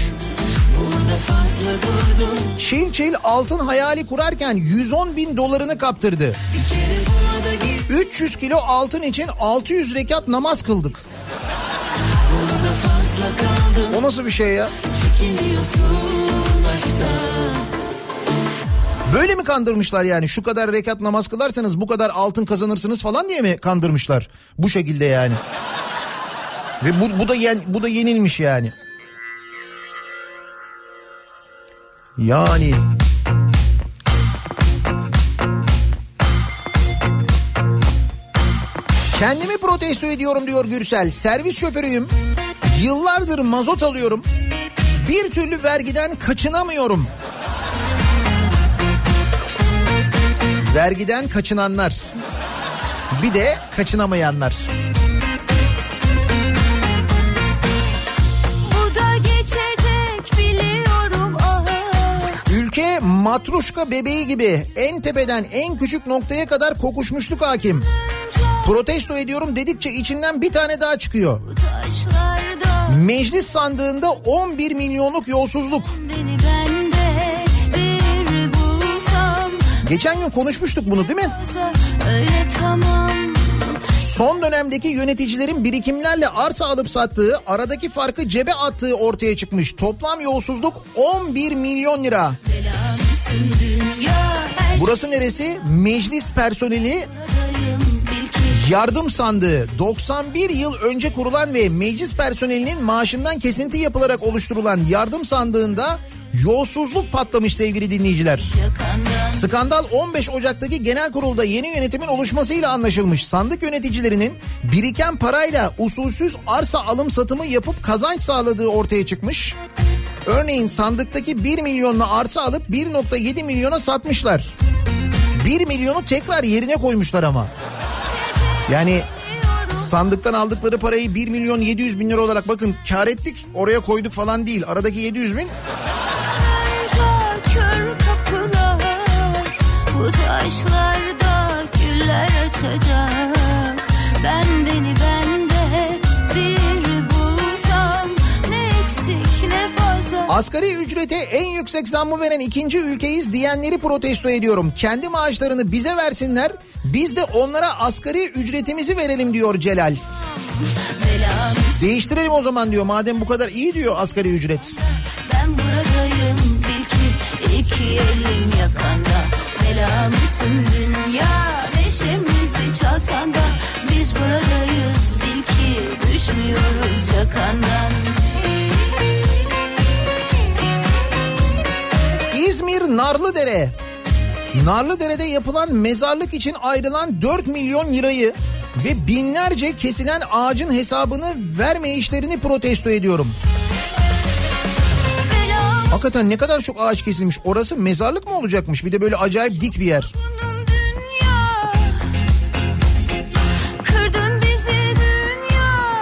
Çil çil altın hayali kurarken yüz on bin dolarını kaptırdı. üç yüz kilo altın için altı yüz rekat namaz kıldık. O nasıl bir şey ya? Böyle mi kandırmışlar yani? Şu kadar rekat namaz kılarsanız bu kadar altın kazanırsınız falan diye mi kandırmışlar? Bu şekilde yani. Ve bu, bu da yen, bu da yenilmiş yani. Yani kendimi protesto ediyorum diyor Gürsel. Servis şoförüyüm. Yıllardır mazot alıyorum. Bir türlü vergiden kaçınamıyorum. Vergiden kaçınanlar. Bir de kaçınamayanlar. Bu da geçecek biliyorum. Aha. Ülke matruşka bebeği gibi en tepeden en küçük noktaya kadar kokuşmuşluk hakim. Protesto ediyorum dedikçe içinden bir tane daha çıkıyor. Meclis sandığında on bir milyonluk yolsuzluk. Beni bende bir bulsam. Geçen gün konuşmuştuk bunu değil mi? Öyle tamam. Son dönemdeki yöneticilerin birikimlerle arsa alıp sattığı, aradaki farkı cebe attığı ortaya çıkmış. Toplam yolsuzluk on bir milyon lira. Burası neresi? Meclis personeli yardım sandığı. doksan bir yıl önce kurulan ve meclis personelinin maaşından kesinti yapılarak oluşturulan yardım sandığında yolsuzluk patlamış sevgili dinleyiciler. Skandal on beş Ocak'taki genel kurulda yeni yönetimin oluşmasıyla anlaşılmış. Sandık yöneticilerinin biriken parayla usulsüz arsa alım satımı yapıp kazanç sağladığı ortaya çıkmış. Örneğin sandıktaki bir milyonla arsa alıp bir virgül yedi milyona satmışlar. bir milyonu tekrar yerine koymuşlar ama. Yani sandıktan aldıkları parayı bir milyon yedi yüz bin lira olarak bakın kar ettik oraya koyduk falan değil. Aradaki yedi yüz bin. Kör kapılar, bu taşlarda güller açacak. Ben beni bende bir bulsam, ne eksik ne fazla. Asgari ücrete en yüksek zammı veren ikinci ülkeyiz diyenleri protesto ediyorum. Kendi maaşlarını bize versinler, biz de onlara asgari ücretimizi verelim diyor Celal. Değiştirelim o zaman diyor, madem bu kadar iyi diyor asgari ücret. Ben buradayım bil ki iki elim yakanda. Bela mısın dünya, neşemizi çalsan da biz buradayız bil ki düşmüyoruz yakandan. İzmir Narlıdere. Narlıdere'de yapılan mezarlık için ayrılan dört milyon lirayı ve binlerce kesilen ağacın hesabını vermeyişlerini protesto ediyorum. Hakikaten ne kadar çok ağaç kesilmiş. Orası mezarlık mı olacakmış? Bir de böyle acayip dik bir yer. Kırdın bizi dünya,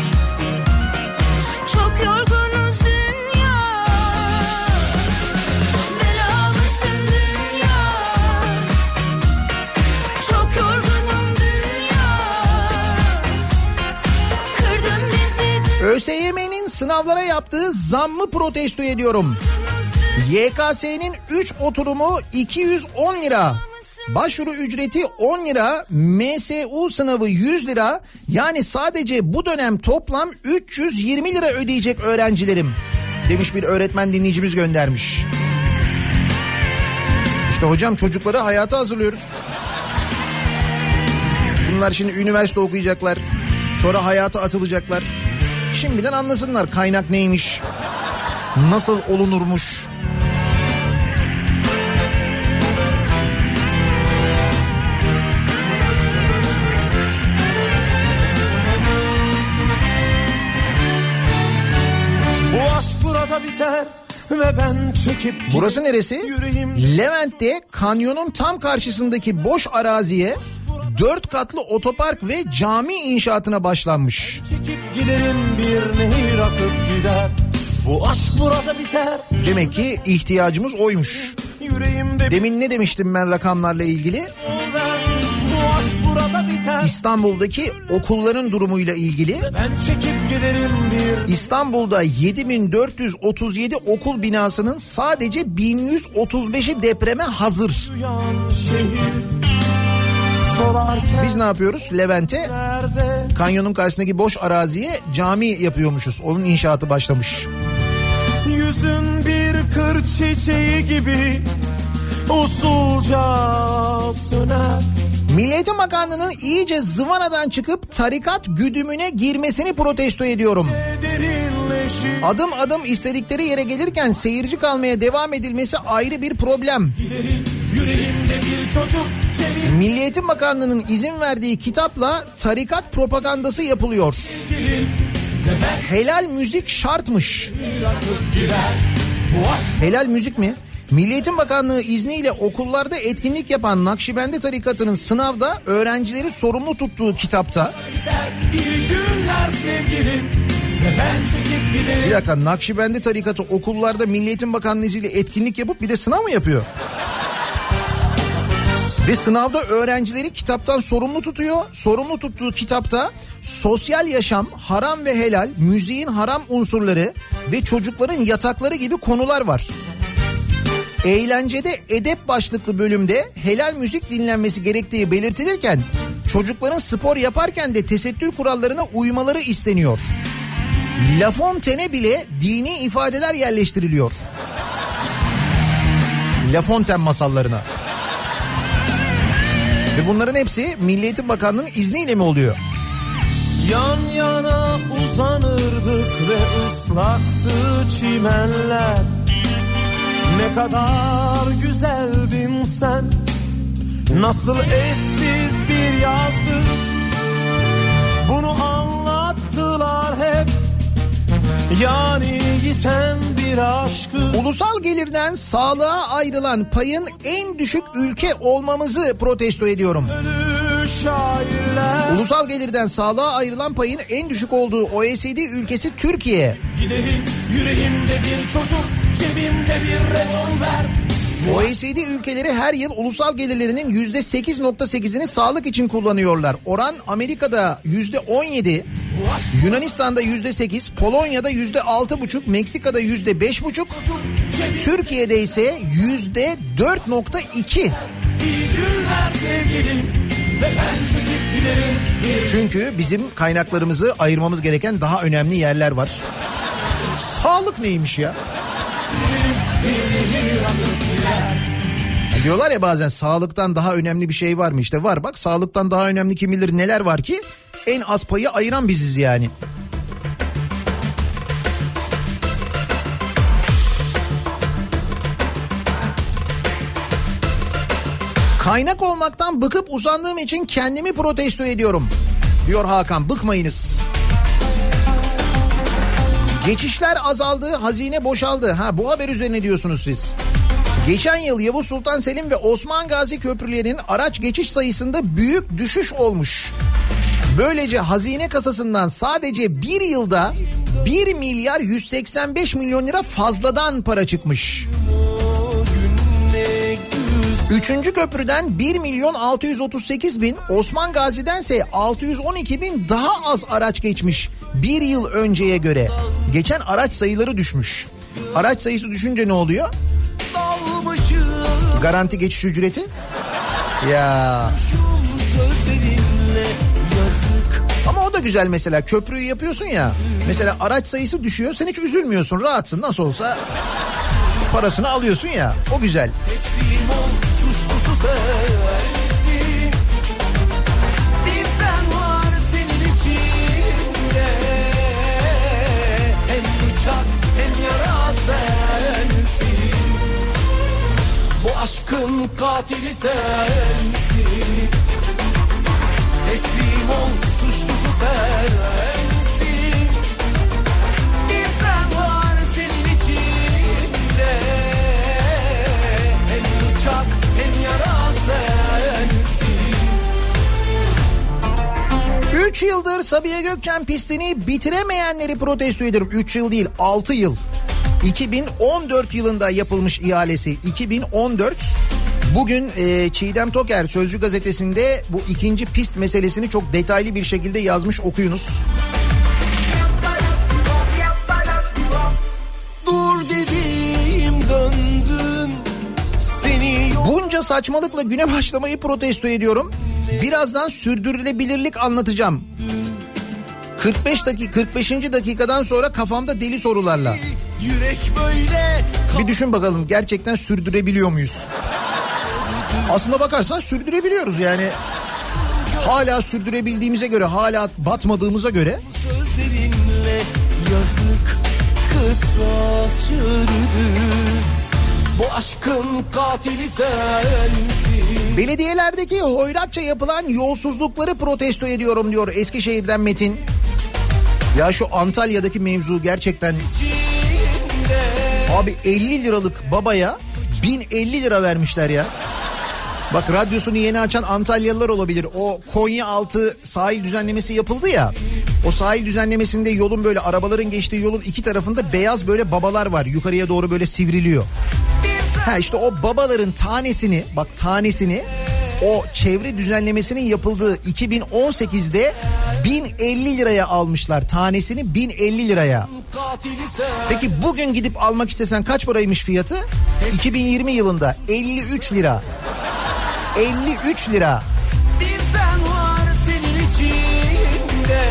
çok yorgunuz dünya, belalısın dünya, çok yorgunum dünya, kırdın bizi dünya. ÖSYM'nin sınavlara yaptığı zammı protesto ediyorum. Y K S'nin üç oturumu iki yüz on lira. Başvuru ücreti on lira. M S U sınavı yüz lira. Yani sadece bu dönem toplam üç yüz yirmi lira ödeyecek öğrencilerim. Demiş bir öğretmen dinleyicimiz göndermiş. İşte hocam çocukları hayata hazırlıyoruz. Bunlar şimdi üniversite okuyacaklar. Sonra hayata atılacaklar. Şimdiden anlasınlar kaynak neymiş. Nasıl olunurmuş. Bu aşk burada biter ve ben çekip Burası neresi? yüreğim. Levent'te kanyonun tam karşısındaki boş araziye dört katlı otopark ve cami inşaatına başlanmış. Çekip giderim bir nehir akıp gider. Bu aşk burada biter. Demek ki ihtiyacımız oymuş. Yüreğimde Demin ne demiştim ben rakamlarla ilgili? bu aşk burada biter. İstanbul'daki okulların durumuyla ilgili. Ben çekip giderim bir İstanbul'da yedi bin dört yüz otuz yedi okul binasının sadece bin yüz otuz beşi depreme hazır. yan şehir. Solarken Biz ne yapıyoruz? Levent'e nerede? kanyonun karşısındaki boş araziye cami yapıyormuşuz. Onun inşaatı başlamış. Yüzün bir kır çiçeği gibi usulca söner. Milli Eğitim Bakanlığı'nın iyice zıvanadan çıkıp tarikat güdümüne girmesini protesto ediyorum. Derinleşir Adım adım istedikleri yere gelirken seyirci kalmaya devam edilmesi ayrı bir problem. yüreğimde bir çocuk cebim Milli Eğitim Bakanlığı'nın izin verdiği kitapla tarikat propagandası yapılıyor. Helal müzik şartmış. Helal müzik mi? Milli Eğitim Bakanlığı izniyle okullarda etkinlik yapan Nakşibendi tarikatının sınavda öğrencileri sorumlu tuttuğu kitapta... iyi günler sevgilim ve ben çekip giderim. Bir dakika, Nakşibendi tarikatı okullarda Milli Eğitim Bakanlığı izniyle etkinlik yapıp bir de sınav mı yapıyor? Ve sınavda öğrencileri kitaptan sorumlu tutuyor. Sorumlu tuttuğu kitapta sosyal yaşam, haram ve helal, müziğin haram unsurları ve çocukların yatakları gibi konular var. Eğlencede edep başlıklı bölümde helal müzik dinlenmesi gerektiği belirtilirken çocukların spor yaparken de tesettür kurallarına uymaları isteniyor. La Fontaine'e bile dini ifadeler yerleştiriliyor. La Fontaine masallarına. Ve bunların hepsi Milli Eğitim Bakanlığı'nın izniyle mi oluyor? Yan yana uzanırdık ve ıslaktı çimenler. Ne kadar güzeldin sen, nasıl eşsiz bir yazdı. Bunu anlattılar hep, yani yiten bir aşkı. Ulusal gelirden sağlığa ayrılan payın en düşük ülke olmamızı protesto ediyorum. Şairler. Ulusal gelirden sağlığa ayrılan payın en düşük olduğu O E C D ülkesi Türkiye. Giderim, yüreğimde bir çocuk, cebimde bir revolver. O E C D ülkeleri her yıl ulusal gelirlerinin yüzde sekiz nokta sekizini sağlık için kullanıyorlar. Oran Amerika'da yüzde on yedi, Yunanistan'da yüzde sekiz, Polonya'da yüzde altı buçuk, Meksika'da yüzde beş buçuk, Türkiye'de ise yüzde dört nokta iki. İyi günler sevgilim ve ben çekip giderim. Çünkü bizim kaynaklarımızı ayırmamız gereken daha önemli yerler var. Sağlık neymiş ya? Diyorlar ya bazen, sağlıktan daha önemli bir şey var mı? İşte var, bak, sağlıktan daha önemli kim bilir neler var ki en az payı ayıran biziz yani. Kaynak olmaktan bıkıp usandığım için kendimi protesto ediyorum diyor Hakan. Bıkmayınız. Geçişler azaldı, hazine boşaldı. Ha, bu haber üzerine diyorsunuz siz. Geçen yıl Yavuz Sultan Selim ve Osman Gazi köprülerinin araç geçiş sayısında büyük düşüş olmuş. Böylece hazine kasasından sadece bir yılda bir milyar yüz seksen beş milyon lira fazladan para çıkmış. Üçüncü köprüden bir milyon altı yüz otuz sekiz bin, Osman Gazi'dense altı yüz on iki bin daha az araç geçmiş bir yıl önceye göre. Geçen araç sayıları düşmüş. Araç sayısı düşünce ne oluyor? Garanti geçiş ücreti. Ya. Ama o da güzel mesela, köprüyü yapıyorsun ya. Mesela araç sayısı düşüyor, sen hiç üzülmüyorsun, rahatsın, nasıl olsa parasını alıyorsun ya, o güzel. Teslim ol, suçlusu sensin. Bir sen var senin içinde. Hem bıçak hem yara sensin. Bu aşkın katili sensin. Teslim ol, suçlusu sensin. Bir sen var senin içinde. Hem bıçak hem yara sensin. Üç yıldır Sabiha Gökçen pistini bitiremeyenleri protesto ederim. Üç yıl değil, altı yıl. iki bin on dört yılında yapılmış ihalesi. iki bin on dört. Bugün e, Çiğdem Toker Sözcü gazetesinde bu ikinci pist meselesini çok detaylı bir şekilde yazmış, okuyunuz. Dur dediğim döndün. Seni Bunca saçmalıkla güne başlamayı protesto ediyorum. Birazdan sürdürülebilirlik anlatacağım. kırk beş dakika kırk beşinci dakikadan sonra kafamda deli sorularla. yürek böyle. Bir düşün bakalım, gerçekten sürdürebiliyor muyuz? Aslına bakarsan sürdürebiliyoruz yani. Hala sürdürebildiğimize göre, hala batmadığımıza göre. Sözlerinle yazık kısas sürdü. Bu aşkın katili sensin. Belediyelerdeki hoyratça yapılan yolsuzlukları protesto ediyorum diyor Eskişehir'den Metin. Ya şu Antalya'daki mevzu gerçekten... Abi elli liralık babaya bin elli lira vermişler ya. Bak, radyosunu yeni açan Antalyalılar olabilir. O Konyaaltı sahil düzenlemesi yapıldı ya. O sahil düzenlemesinde yolun böyle, arabaların geçtiği yolun iki tarafında beyaz böyle babalar var. Yukarıya doğru böyle sivriliyor. Ha işte o babaların tanesini, bak tanesini, o çevre düzenlemesinin yapıldığı iki bin on sekizde bin elli liraya almışlar. Tanesini bin elli liraya. Peki bugün gidip almak istesen kaç paraymış fiyatı? iki bin yirmi yılında elli üç lira. elli üç lira. Bir sen var senin içinde.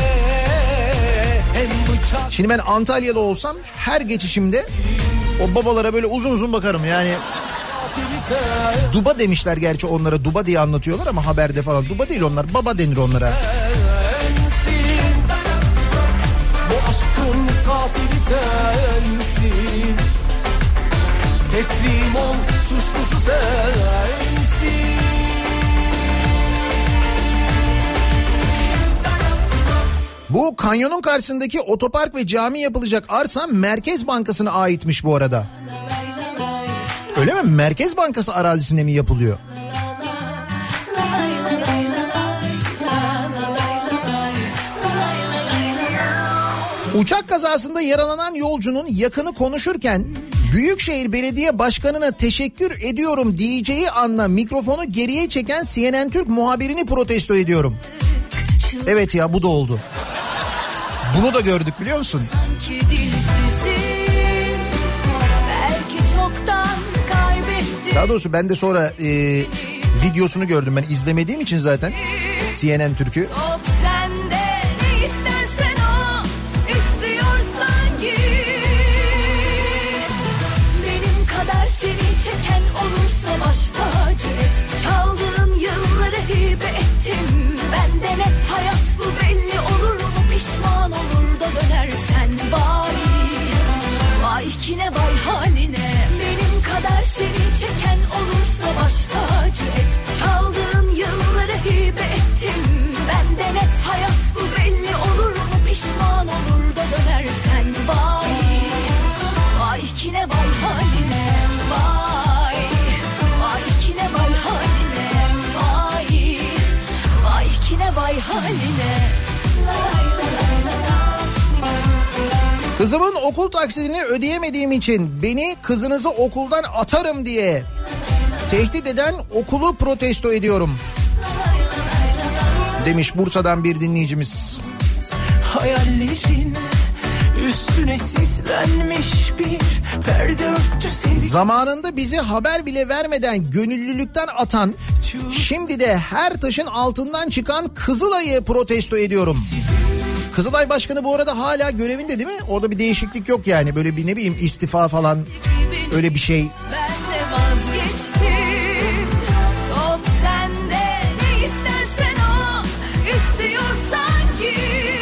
Hem bıçak. Şimdi ben Antalyalı olsam her geçişimde o babalara böyle uzun uzun bakarım yani. Duba demişler gerçi onlara, duba diye anlatıyorlar ama haberde falan duba değil onlar, baba denir onlara. Bu aşkın katili sensin. Teslim ol, suçlusu sensin. Bu kanyonun karşısındaki otopark ve cami yapılacak arsa Merkez Bankası'na aitmiş bu arada. Öyle mi? Merkez Bankası arazisinde mi yapılıyor? Uçak kazasında yaralanan yolcunun yakını konuşurken Büyükşehir Belediye Başkanı'na teşekkür ediyorum diyeceği anla mikrofonu geriye çeken C N N Türk muhabirini protesto ediyorum. Evet ya, bu da oldu. Bunu da gördük, biliyor musun? Sanki dilsizim, belki çoktan kaybettim. Daha doğrusu ben de sonra e, videosunu gördüm, ben izlemediğim için zaten C N N Türk'ü. Top sende, ne istersen o, istiyorsan git. Benim kadar seni çeken olursa baş tacı et. Çaldığın yılları hibe ettim. Benden et, hayat bu belli olur mu? Pişman olur da dönersen bari. Vay kine vay haline. Benim kadar seni çeken olursa baş tacı et. Kızımın okul taksidini ödeyemediğim için beni kızınızı okuldan atarım diye tehdit eden okulu protesto ediyorum. Demiş Bursa'dan bir dinleyicimiz. Hayallerin üstüne sislenmiş bir perde örtü sevgi. Zamanında bizi haber bile vermeden gönüllülükten atan, şimdi de her taşın altından çıkan Kızılay'ı protesto ediyorum. Kızılay Başkanı bu arada hala görevinde değil mi? Orada bir değişiklik yok yani, böyle bir ne bileyim istifa falan öyle bir şey. Ben de vazgeçtim. Top sende, ne istersen o, istiyorsan git.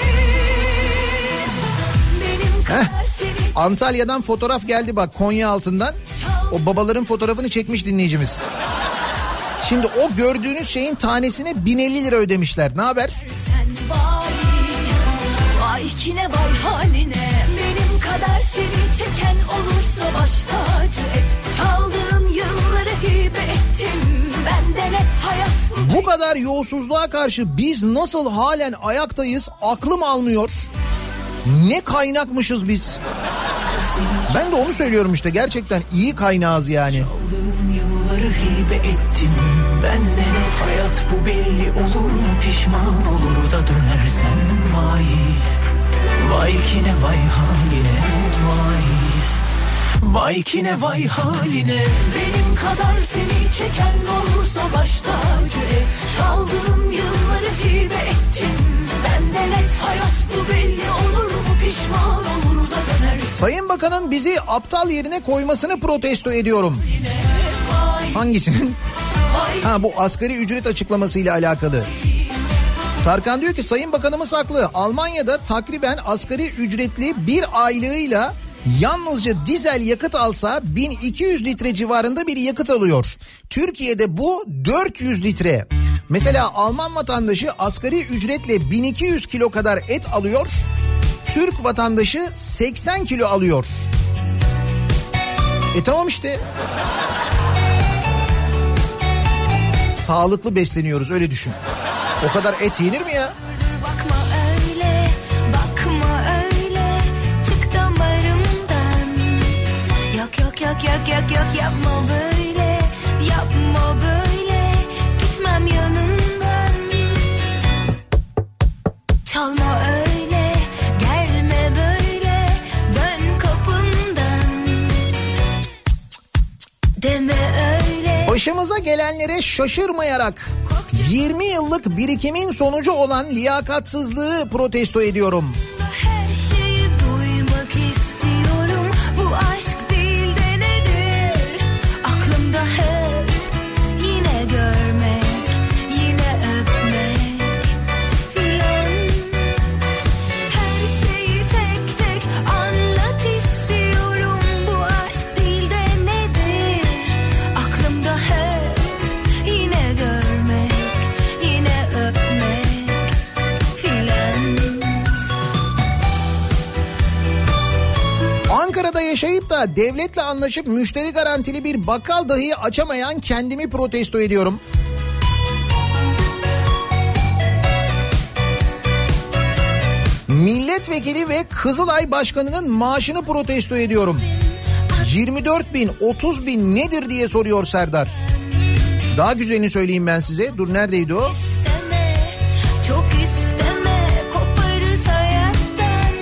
Benim kadar seni... Antalya'dan fotoğraf geldi bak, Konyaaltı'ndan. O babaların fotoğrafını çekmiş dinleyicimiz. Şimdi o gördüğünüz şeyin tanesine bin elli lira ödemişler. Ne haber? Sen vay, vay kine vay haline. Benim kadar seni çeken olursa baş tacı et. Çaldığın yılları hibe ettim. Benden et hayat bu. Bu kadar yolsuzluğa karşı biz nasıl halen ayaktayız aklım almıyor. Ne kaynakmışız biz. Ben de onu söylüyorum işte, gerçekten iyi kaynağız yani. Çaldığın yılları hibe ettim. Benden et hayat bu belli olur mu, pişman olur da dönersen vay. Vay kine vay haline vay. Vay kine vay haline. Benim kadar seni çeken olursa baş tacı et. Çaldığın yılları hibe ettim. Benden et hayat bu belli olur mu, pişman olur da dönersin. Sayın Bakan'ın bizi aptal yerine koymasını protesto ediyorum. Hangisinin? Ha, bu asgari ücret açıklamasıyla alakalı. Tarkan diyor ki Sayın Bakanımız haklı. Almanya'da takriben asgari ücretli bir aylığıyla yalnızca dizel yakıt alsa bin iki yüz litre civarında bir yakıt alıyor. Türkiye'de bu dört yüz litre. Mesela Alman vatandaşı asgari ücretle bin iki yüz kilo kadar et alıyor. Türk vatandaşı seksen kilo alıyor. E tamam işte. Sağlıklı besleniyoruz, öyle düşün. O kadar et yenir mi ya? Bakma öyle, bakma öyle, çık damarımdan. Yok yok yok yok yok yok yapma böyle, yapma böyle, gitmem yanından. Çalma öyle, gelme böyle, dön kapımdan. Deme öyle. Başımıza gelenlere şaşırmayarak yirmi yıllık birikimin sonucu olan liyakatsızlığı protesto ediyorum. Her şeyi duymak istiyorum. Bu aşk değil de nedir? Aklımda hep yine görmek, yine öpmek filan. Her şeyi tek tek anlat istiyorum. Bu aşk değil de nedir? Aklımda hep yine görmek, yine öpmek filan. Ankara'da yaşayıp da devletle anlaşıp müşteri garantili bir bakkal dahi açamayan kendimi protesto ediyorum. Milletvekili ve Kızılay Başkanı'nın maaşını protesto ediyorum. yirmi dört bin, otuz bin nedir diye soruyor Serdar. Daha güzelini söyleyeyim ben size. Dur, neredeydi o? İsteme, çok isteme, koparız hayattan.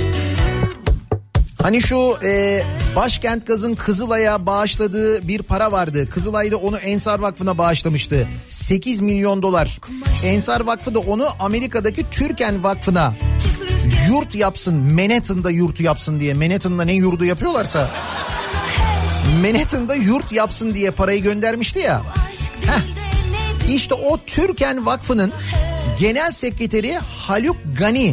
Hani şu e, Başkent Gaz'ın Kızılay'a bağışladığı bir para vardı. Kızılay da onu Ensar Vakfı'na bağışlamıştı. sekiz milyon dolar. Ensar Vakfı da onu Amerika'daki Türken Vakfı'na yurt yapsın, Manhattan'da yurt yapsın diye. Manhattan'da ne yurdu yapıyorlarsa Manhattan'da yurt yapsın diye parayı göndermişti ya. Heh. İşte o Türken Vakfı'nın genel sekreteri Haluk Gani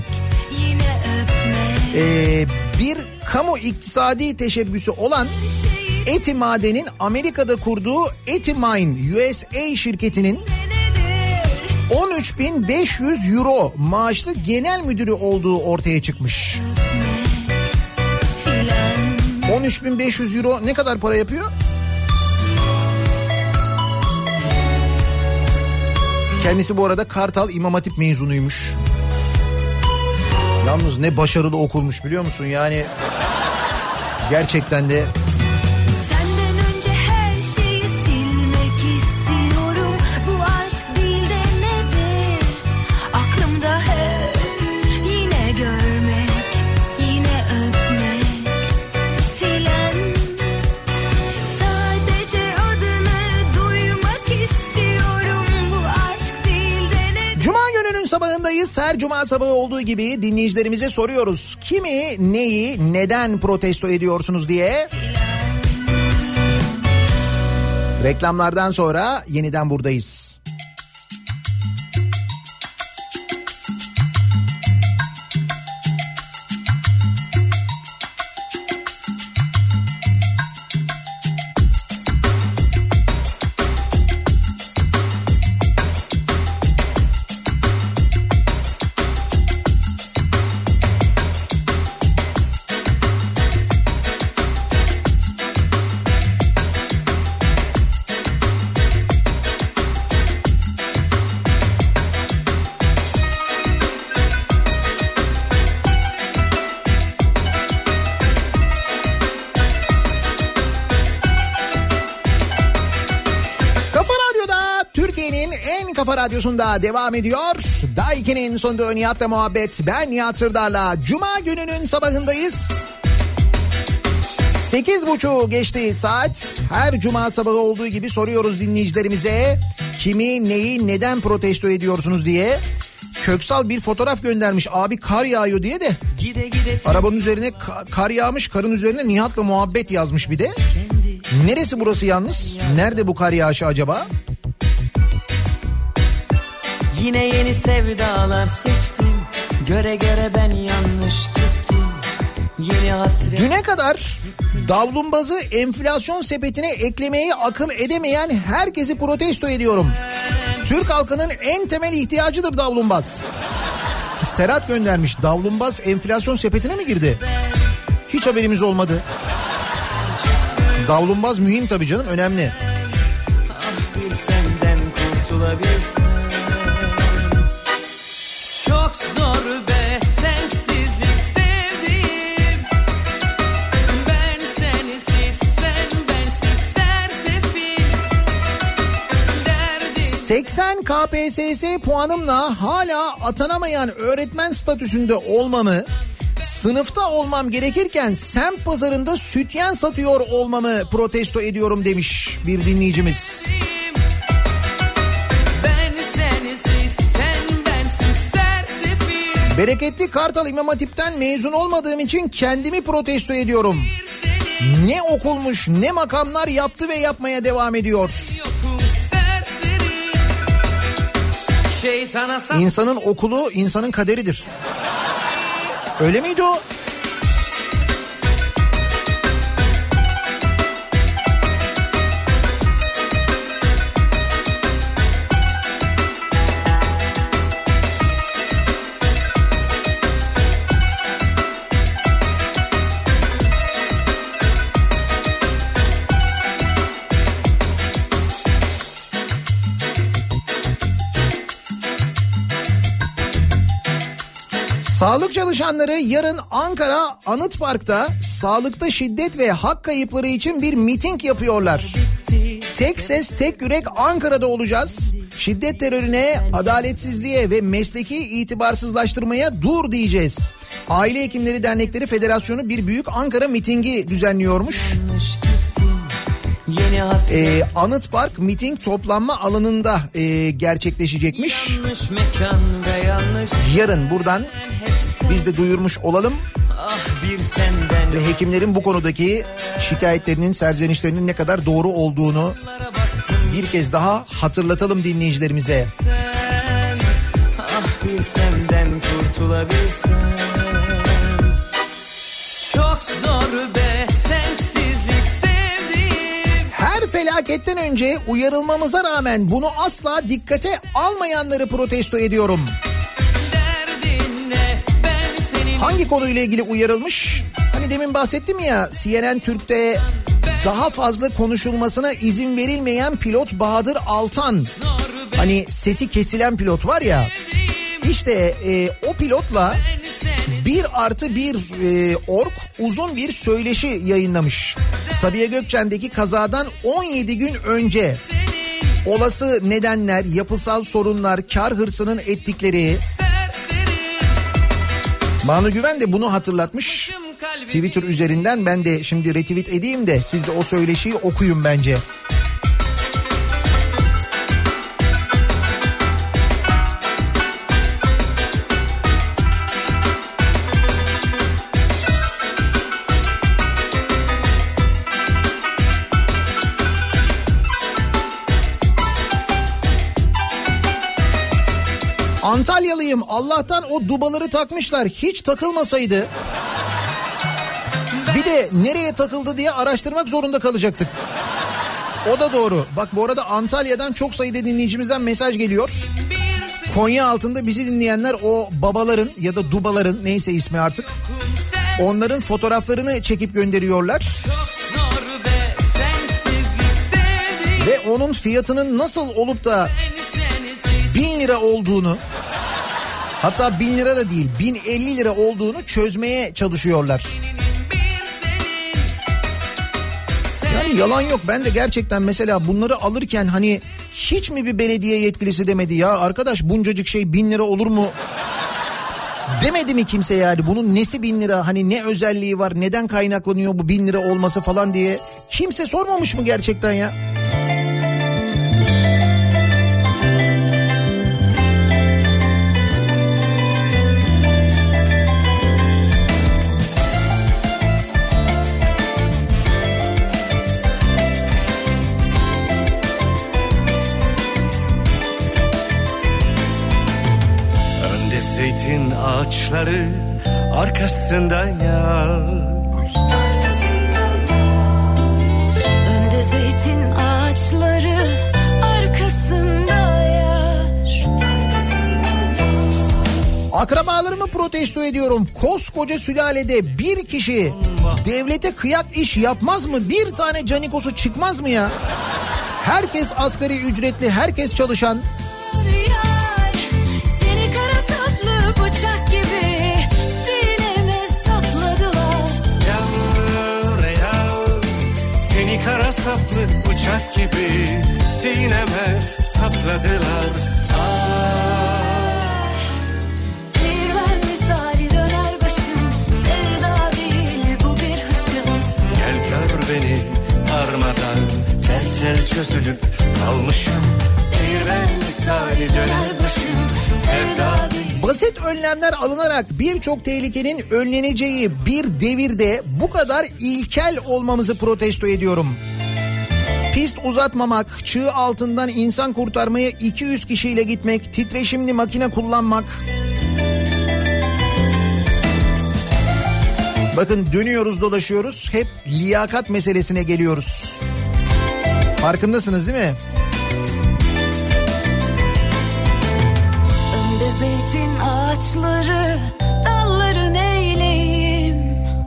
e, bir kamu iktisadi teşebbüsü olan Eti Maden'in Amerika'da kurduğu Eti Mine U S A şirketinin on üç bin beş yüz euro maaşlı genel müdürü olduğu ortaya çıkmış. on üç bin beş yüz euro ne kadar para yapıyor? Kendisi bu arada Kartal İmam Hatip mezunuymuş. Yalnız ne başarılı okulmuş biliyor musun? Yani Gerçekten de. Senden önce her şeyi silmek istiyorum. Bu aşk değil de nedir? Aklımda hep yine görmek, yine öpmek filan. Sadece adını duymak istiyorum. Bu aşk değil de nedir? Cuma gününün sabahındayız. Her cuma sabahı olduğu gibi dinleyicilerimize soruyoruz. Kimi, neyi, neden protesto ediyorsunuz diye. Reklamlardan sonra yeniden buradayız. Kafa Radyosu'nda devam ediyor. Daiki'nin sonunda Nihat'la muhabbet. Ben Nihat Sırdar'la. Cuma gününün sabahındayız. Sekiz buçuğu geçti saat. Her cuma sabahı olduğu gibi soruyoruz dinleyicilerimize. Kimi, neyi, neden protesto ediyorsunuz diye. Köksal bir fotoğraf göndermiş. Abi kar yağıyor diye de. Arabanın üzerine kar yağmış. Karın üzerine Nihat'la muhabbet yazmış bir de. Neresi burası yalnız? Nerede bu kar yağışı acaba? Yine yeni sevdalar seçtim. Göre göre ben yanlış gittim. Yeni hasret. Düne kadar davlumbazı enflasyon sepetine eklemeyi akıl edemeyen herkesi protesto ediyorum. Türk halkının en temel ihtiyacıdır davlumbaz. Serhat göndermiş. Davlumbaz enflasyon sepetine mi girdi? Hiç haberimiz olmadı. Davlumbaz mühim tabii canım, önemli. Ah bir senden kurtulabilsem. Çok zor be sensizlik sevdiğim. Ben sensiz, sen bensiz sersefil. Derdim. seksen K P S S puanımla hala atanamayan öğretmen statüsünde olmamı, sınıfta olmam gerekirken semt pazarında sütyen satıyor olmamı protesto ediyorum demiş bir dinleyicimiz. Bereketli Kartal İmam Hatip'ten mezun olmadığım için kendimi protesto ediyorum. Ne okulmuş, ne makamlar yaptı ve yapmaya devam ediyor. İnsanın okulu insanın kaderidir. Öyle miydi o? Sağlık çalışanları yarın Ankara Anıtpark'ta sağlıkta şiddet ve hak kayıpları için bir miting yapıyorlar. Tek ses, tek yürek Ankara'da olacağız. Şiddet terörüne, adaletsizliğe ve mesleki itibarsızlaştırmaya dur diyeceğiz. Aile Hekimleri Dernekleri Federasyonu bir büyük Ankara mitingi düzenliyormuş. Ee, Anıtpark miting toplanma alanında e, gerçekleşecekmiş. Yarın buradan biz de duyurmuş olalım. Ve hekimlerin bu konudaki şikayetlerinin, serzenişlerinin ne kadar doğru olduğunu bir kez daha hatırlatalım dinleyicilerimize. Sen, ah bir senden kurtulabilsem. Çok zor be sensizlik sevdiğim. Her felaketten önce uyarılmamıza rağmen bunu asla dikkate almayanları protesto ediyorum. Hangi konuyla ilgili uyarılmış? Hani demin bahsettim ya, C N N Türk'te daha fazla konuşulmasına izin verilmeyen pilot Bahadır Altan. Hani sesi kesilen pilot var ya. İşte e, o pilotla bir artı bir e, org uzun bir söyleşi yayınlamış. Sabiha Gökçen'deki kazadan on yedi gün önce olası nedenler, yapısal sorunlar, kar hırsının ettikleri. Banu Güven de bunu hatırlatmış Twitter üzerinden. Ben de şimdi retweet edeyim de siz de o söyleşiyi okuyun bence. Antalyalıyım, Allah'tan o dubaları takmışlar, hiç takılmasaydı bir de nereye takıldı diye araştırmak zorunda kalacaktık. O da doğru. Bak bu arada Antalya'dan çok sayıda dinleyicimizden mesaj geliyor. Konya altında bizi dinleyenler o babaların ya da dubaların neyse ismi artık, onların fotoğraflarını çekip gönderiyorlar. Ve onun fiyatının nasıl olup da bin lira olduğunu, hatta bin lira da değil bin elli lira olduğunu çözmeye çalışıyorlar. Yani yalan yok, ben de gerçekten mesela bunları alırken hani hiç mi bir belediye yetkilisi demedi ya arkadaş buncacık şey bin lira olur mu? Demedi mi kimse yani bunun nesi bin lira, hani ne özelliği var, neden kaynaklanıyor bu bin lira olması falan diye kimse sormamış mı gerçekten ya? Zeytin ağaçları arkasında yar. Önde zeytin ağaçları arkasında yar. Akrabalarımı protesto ediyorum. Koskoca sülalede bir kişi devlete kıyak iş yapmaz mı? Bir tane canikosu çıkmaz mı ya? Herkes asgari ücretli, herkes çalışan. Bıçak gibi sineme sapladılar. Yağmur yağmur seni kara saplı bıçak gibi sineme sapladılar. Ah, bir ben misali döner başım, sevda değil bu bir hışım. Gel gör beni armadan tel tel çözülüp kalmışım. Bir ben misali döner başım, sevda değil. Basit önlemler alınarak birçok tehlikenin önleneceği bir devirde bu kadar ilkel olmamızı protesto ediyorum. Pist uzatmamak, çığ altından insan kurtarmaya iki yüz kişiyle gitmek, titreşimli makine kullanmak. Bakın dönüyoruz dolaşıyoruz, hep liyakat meselesine geliyoruz. Farkındasınız değil mi? Zeytin ağaçları, dalları neyleyim?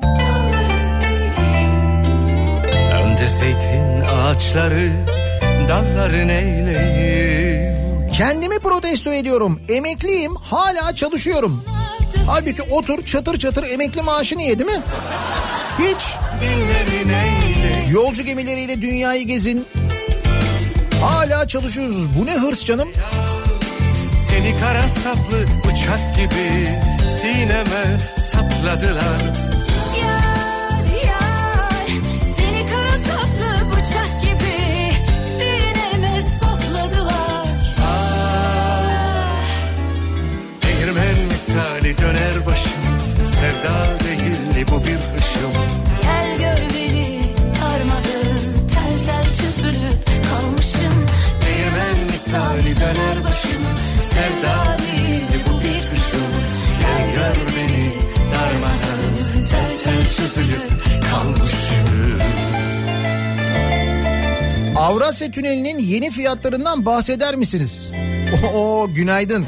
Önde zeytin ağaçları, dalları neyleyim? Kendimi protesto ediyorum. Emekliyim, hala çalışıyorum. Halbuki otur çatır çatır emekli maaşını ye değil mi? Hiç. Yolcu gemileriyle dünyayı gezin. Hala çalışıyoruz. Bu ne hırs canım? Seni kara saplı bıçak gibi sineme sapladılar. Yar yar seni kara saplı bıçak gibi sineme sapladılar. Ah, değirmen misali döner başım, sevda değil bu bir hışım. Gel gör beni armadın, tel tel çözülüp kalmışım. Değirmen misali döner başım, sevda değil bu bir hışım. Gel gör beni darmadan, tel tel çözülüp kalmışım. Avrasya Tüneli'nin yeni fiyatlarından bahseder misiniz? Oo, günaydın.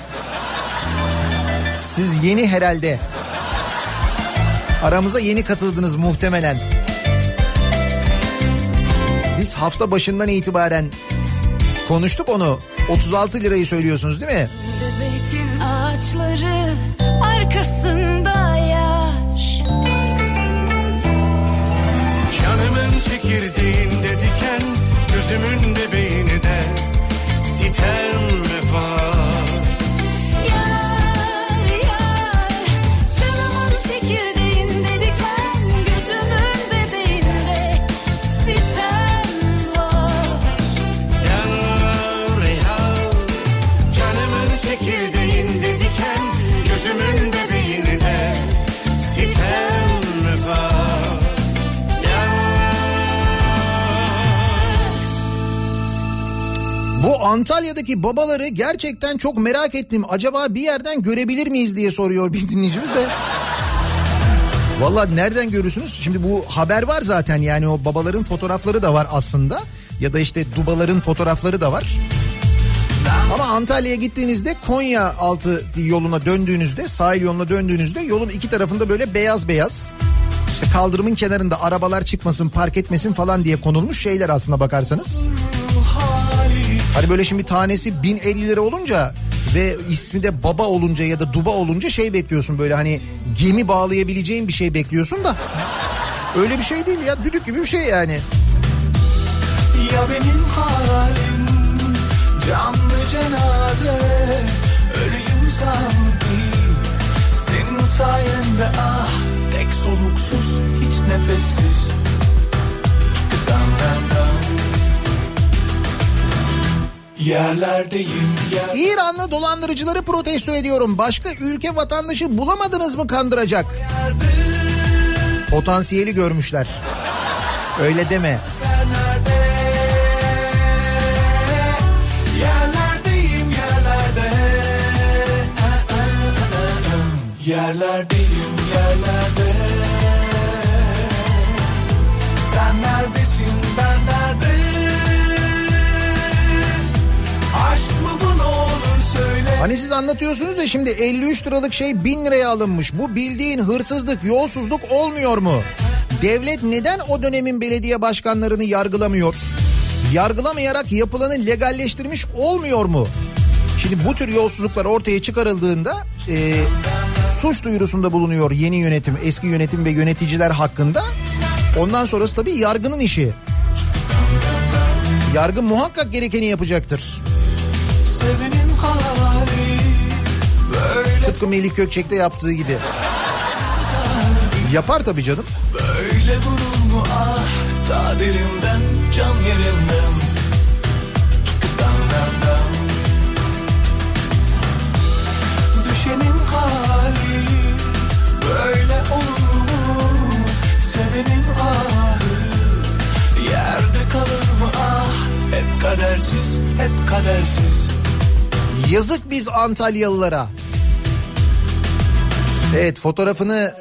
Siz yeni herhalde. Aramıza yeni katıldınız muhtemelen. Biz hafta başından itibaren konuştuk onu. otuz altı lirayı söylüyorsunuz değil mi? Zeytin ağaçları arkasında ya. gözümün bebeğini de sitem vefat. Yar yar canımın çekirdeğinde diken, gözümün bebeğinde sitem var. Yar yar canımın çekirdeğinde diken, gözümün bebeğini de sitem vefat. Bu Antalya'daki babaları gerçekten çok merak ettim. Acaba bir yerden görebilir miyiz diye soruyor bir dinleyicimiz de. Vallahi nereden görürsünüz? Şimdi bu haber var zaten, yani o babaların fotoğrafları da var aslında. Ya da işte dubaların fotoğrafları da var. Ama Antalya'ya gittiğinizde Konya altı yoluna döndüğünüzde, sahil yoluna döndüğünüzde yolun iki tarafında böyle beyaz beyaz, işte kaldırımın kenarında arabalar çıkmasın, park etmesin falan diye konulmuş şeyler aslına bakarsanız. Hani böyle şimdi tanesi bin elli lira olunca ve ismi de baba olunca ya da duba olunca şey bekliyorsun, böyle hani gemi bağlayabileceğin bir şey bekliyorsun da öyle bir şey değil ya, düdük gibi bir şey yani. Ya benim halim canlı cenaze, ölüyüm sanki senin sayende, ah tek soluksuz hiç nefessiz. Dam dam dam. Yerlerdeyim yer... İranlı dolandırıcıları protesto ediyorum. Başka ülke vatandaşı bulamadınız mı kandıracak? Potansiyeli görmüşler. Öyle deme. Yerlerdeyim yerlerde. Yerlerdeyim yerlerde. Sen neredesin, ben nerede? Aşk mı bu, ne olur söyle. Hani siz anlatıyorsunuz ya şimdi elli üç liralık şey bin liraya alınmış. Bu bildiğin hırsızlık, yolsuzluk olmuyor mu? Devlet neden o dönemin belediye başkanlarını yargılamıyor? Yargılamayarak yapılanı legalleştirmiş olmuyor mu? Şimdi bu tür yolsuzluklar ortaya çıkarıldığında e, suç duyurusunda bulunuyor yeni yönetim, eski yönetim ve yöneticiler hakkında. Ondan sonrası tabii yargının işi. Yargı muhakkak gerekeni yapacaktır. Sevenin hali böyle. Tıpkı Melih Gökçek'te yaptığı gibi. Yapar tabii canım. Böyle vurur mu ah, ta derinden, can yerimden. Dam dam dam. Düşenin hali böyle olur mu? Sevenin ahı yerde kalır mı ah? Hep kadersiz, hep kadersiz. Yazık biz Antalyalılara. Evet, fotoğrafını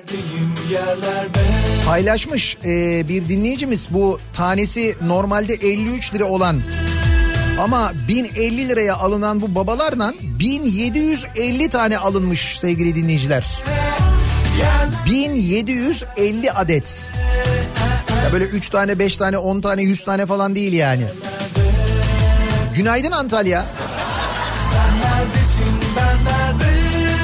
paylaşmış ee, bir dinleyicimiz. Bu tanesi normalde elli üç lira olan ama bin elli liraya alınan bu babalarla bin yedi yüz elli tane alınmış sevgili dinleyiciler. bin yedi yüz elli adet. Ya böyle üç tane, beş tane, on tane, yüz tane falan değil yani. Günaydın Antalya. Sen neredesin, ben nerede?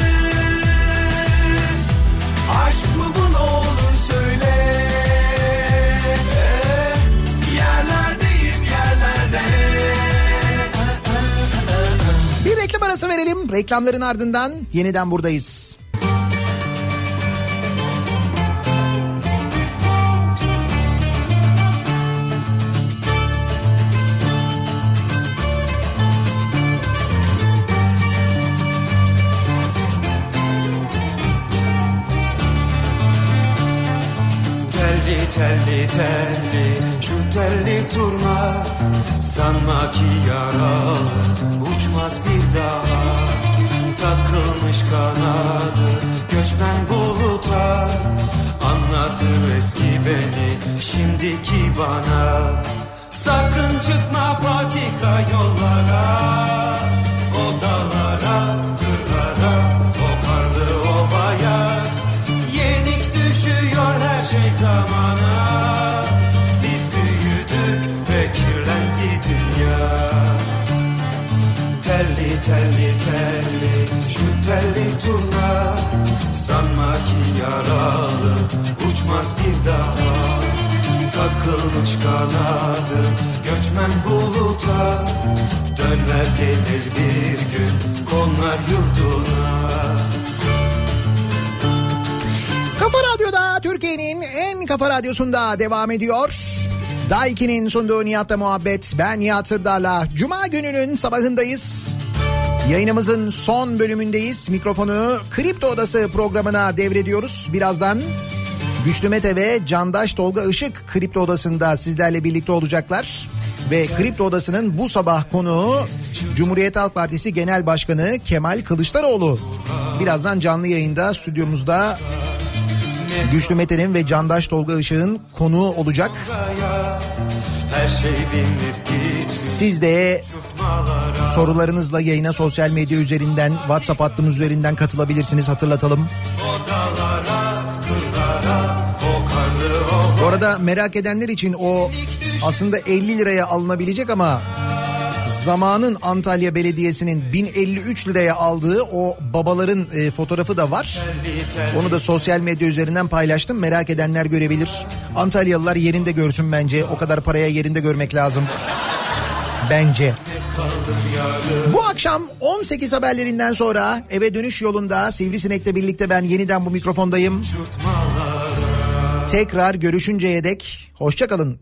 Aşk mı bu, ne olur söyle. Yerlerdeyim yerlerde. Bir reklam arası verelim. Reklamların ardından yeniden buradayız. Telli telli şu telli turna, sanma ki yaralı uçmaz bir daha. Takılmış kanadı göçmen buluta, anlatır eski beni şimdiki bana. Sakın çıkma patika yollara, o dağlara, kırlara, o karlı ovaya. Yenik düşüyor her şey zamana. Biz büyüdük ve kirlendi dünya. Telli telli telli şu telli turna, sanma ki yaralı uçmaz bir daha. takılmış kanadı göçmen buluta, döner gelir bir gün konar yurduna. Kafa Radyo'da, Türkiye'nin en kafa radyosunda devam ediyor. Daiki'nin sunduğu Nihat'la muhabbet. Ben Nihat Sırdar'la. Cuma gününün sabahındayız. Yayınımızın son bölümündeyiz. Mikrofonu Kripto Odası programına devrediyoruz. Birazdan Güçlü Mete ve Candaş Tolga Işık Kripto Odası'nda sizlerle birlikte olacaklar. Ve Kripto Odası'nın bu sabah konuğu Cumhuriyet Halk Partisi Genel Başkanı Kemal Kılıçdaroğlu. Birazdan canlı yayında stüdyomuzda Güçlü Mete'nin ve Candaş Tolga Işık'ın konuğu olacak. Her şey binip siz de sorularınızla yayına sosyal medya üzerinden, WhatsApp hattımız üzerinden katılabilirsiniz, hatırlatalım. Bu arada merak edenler için o aslında elli liraya alınabilecek ama zamanın Antalya Belediyesi'nin bin elli üç liraya aldığı o babaların e, fotoğrafı da var. Onu da sosyal medya üzerinden paylaştım. Merak edenler görebilir. Antalyalılar yerinde görsün bence. O kadar paraya yerinde görmek lazım. Bence. Bu akşam on sekiz haberlerinden sonra eve dönüş yolunda Sivrisinek'le birlikte ben yeniden bu mikrofondayım. Tekrar görüşünceye dek hoşça kalın.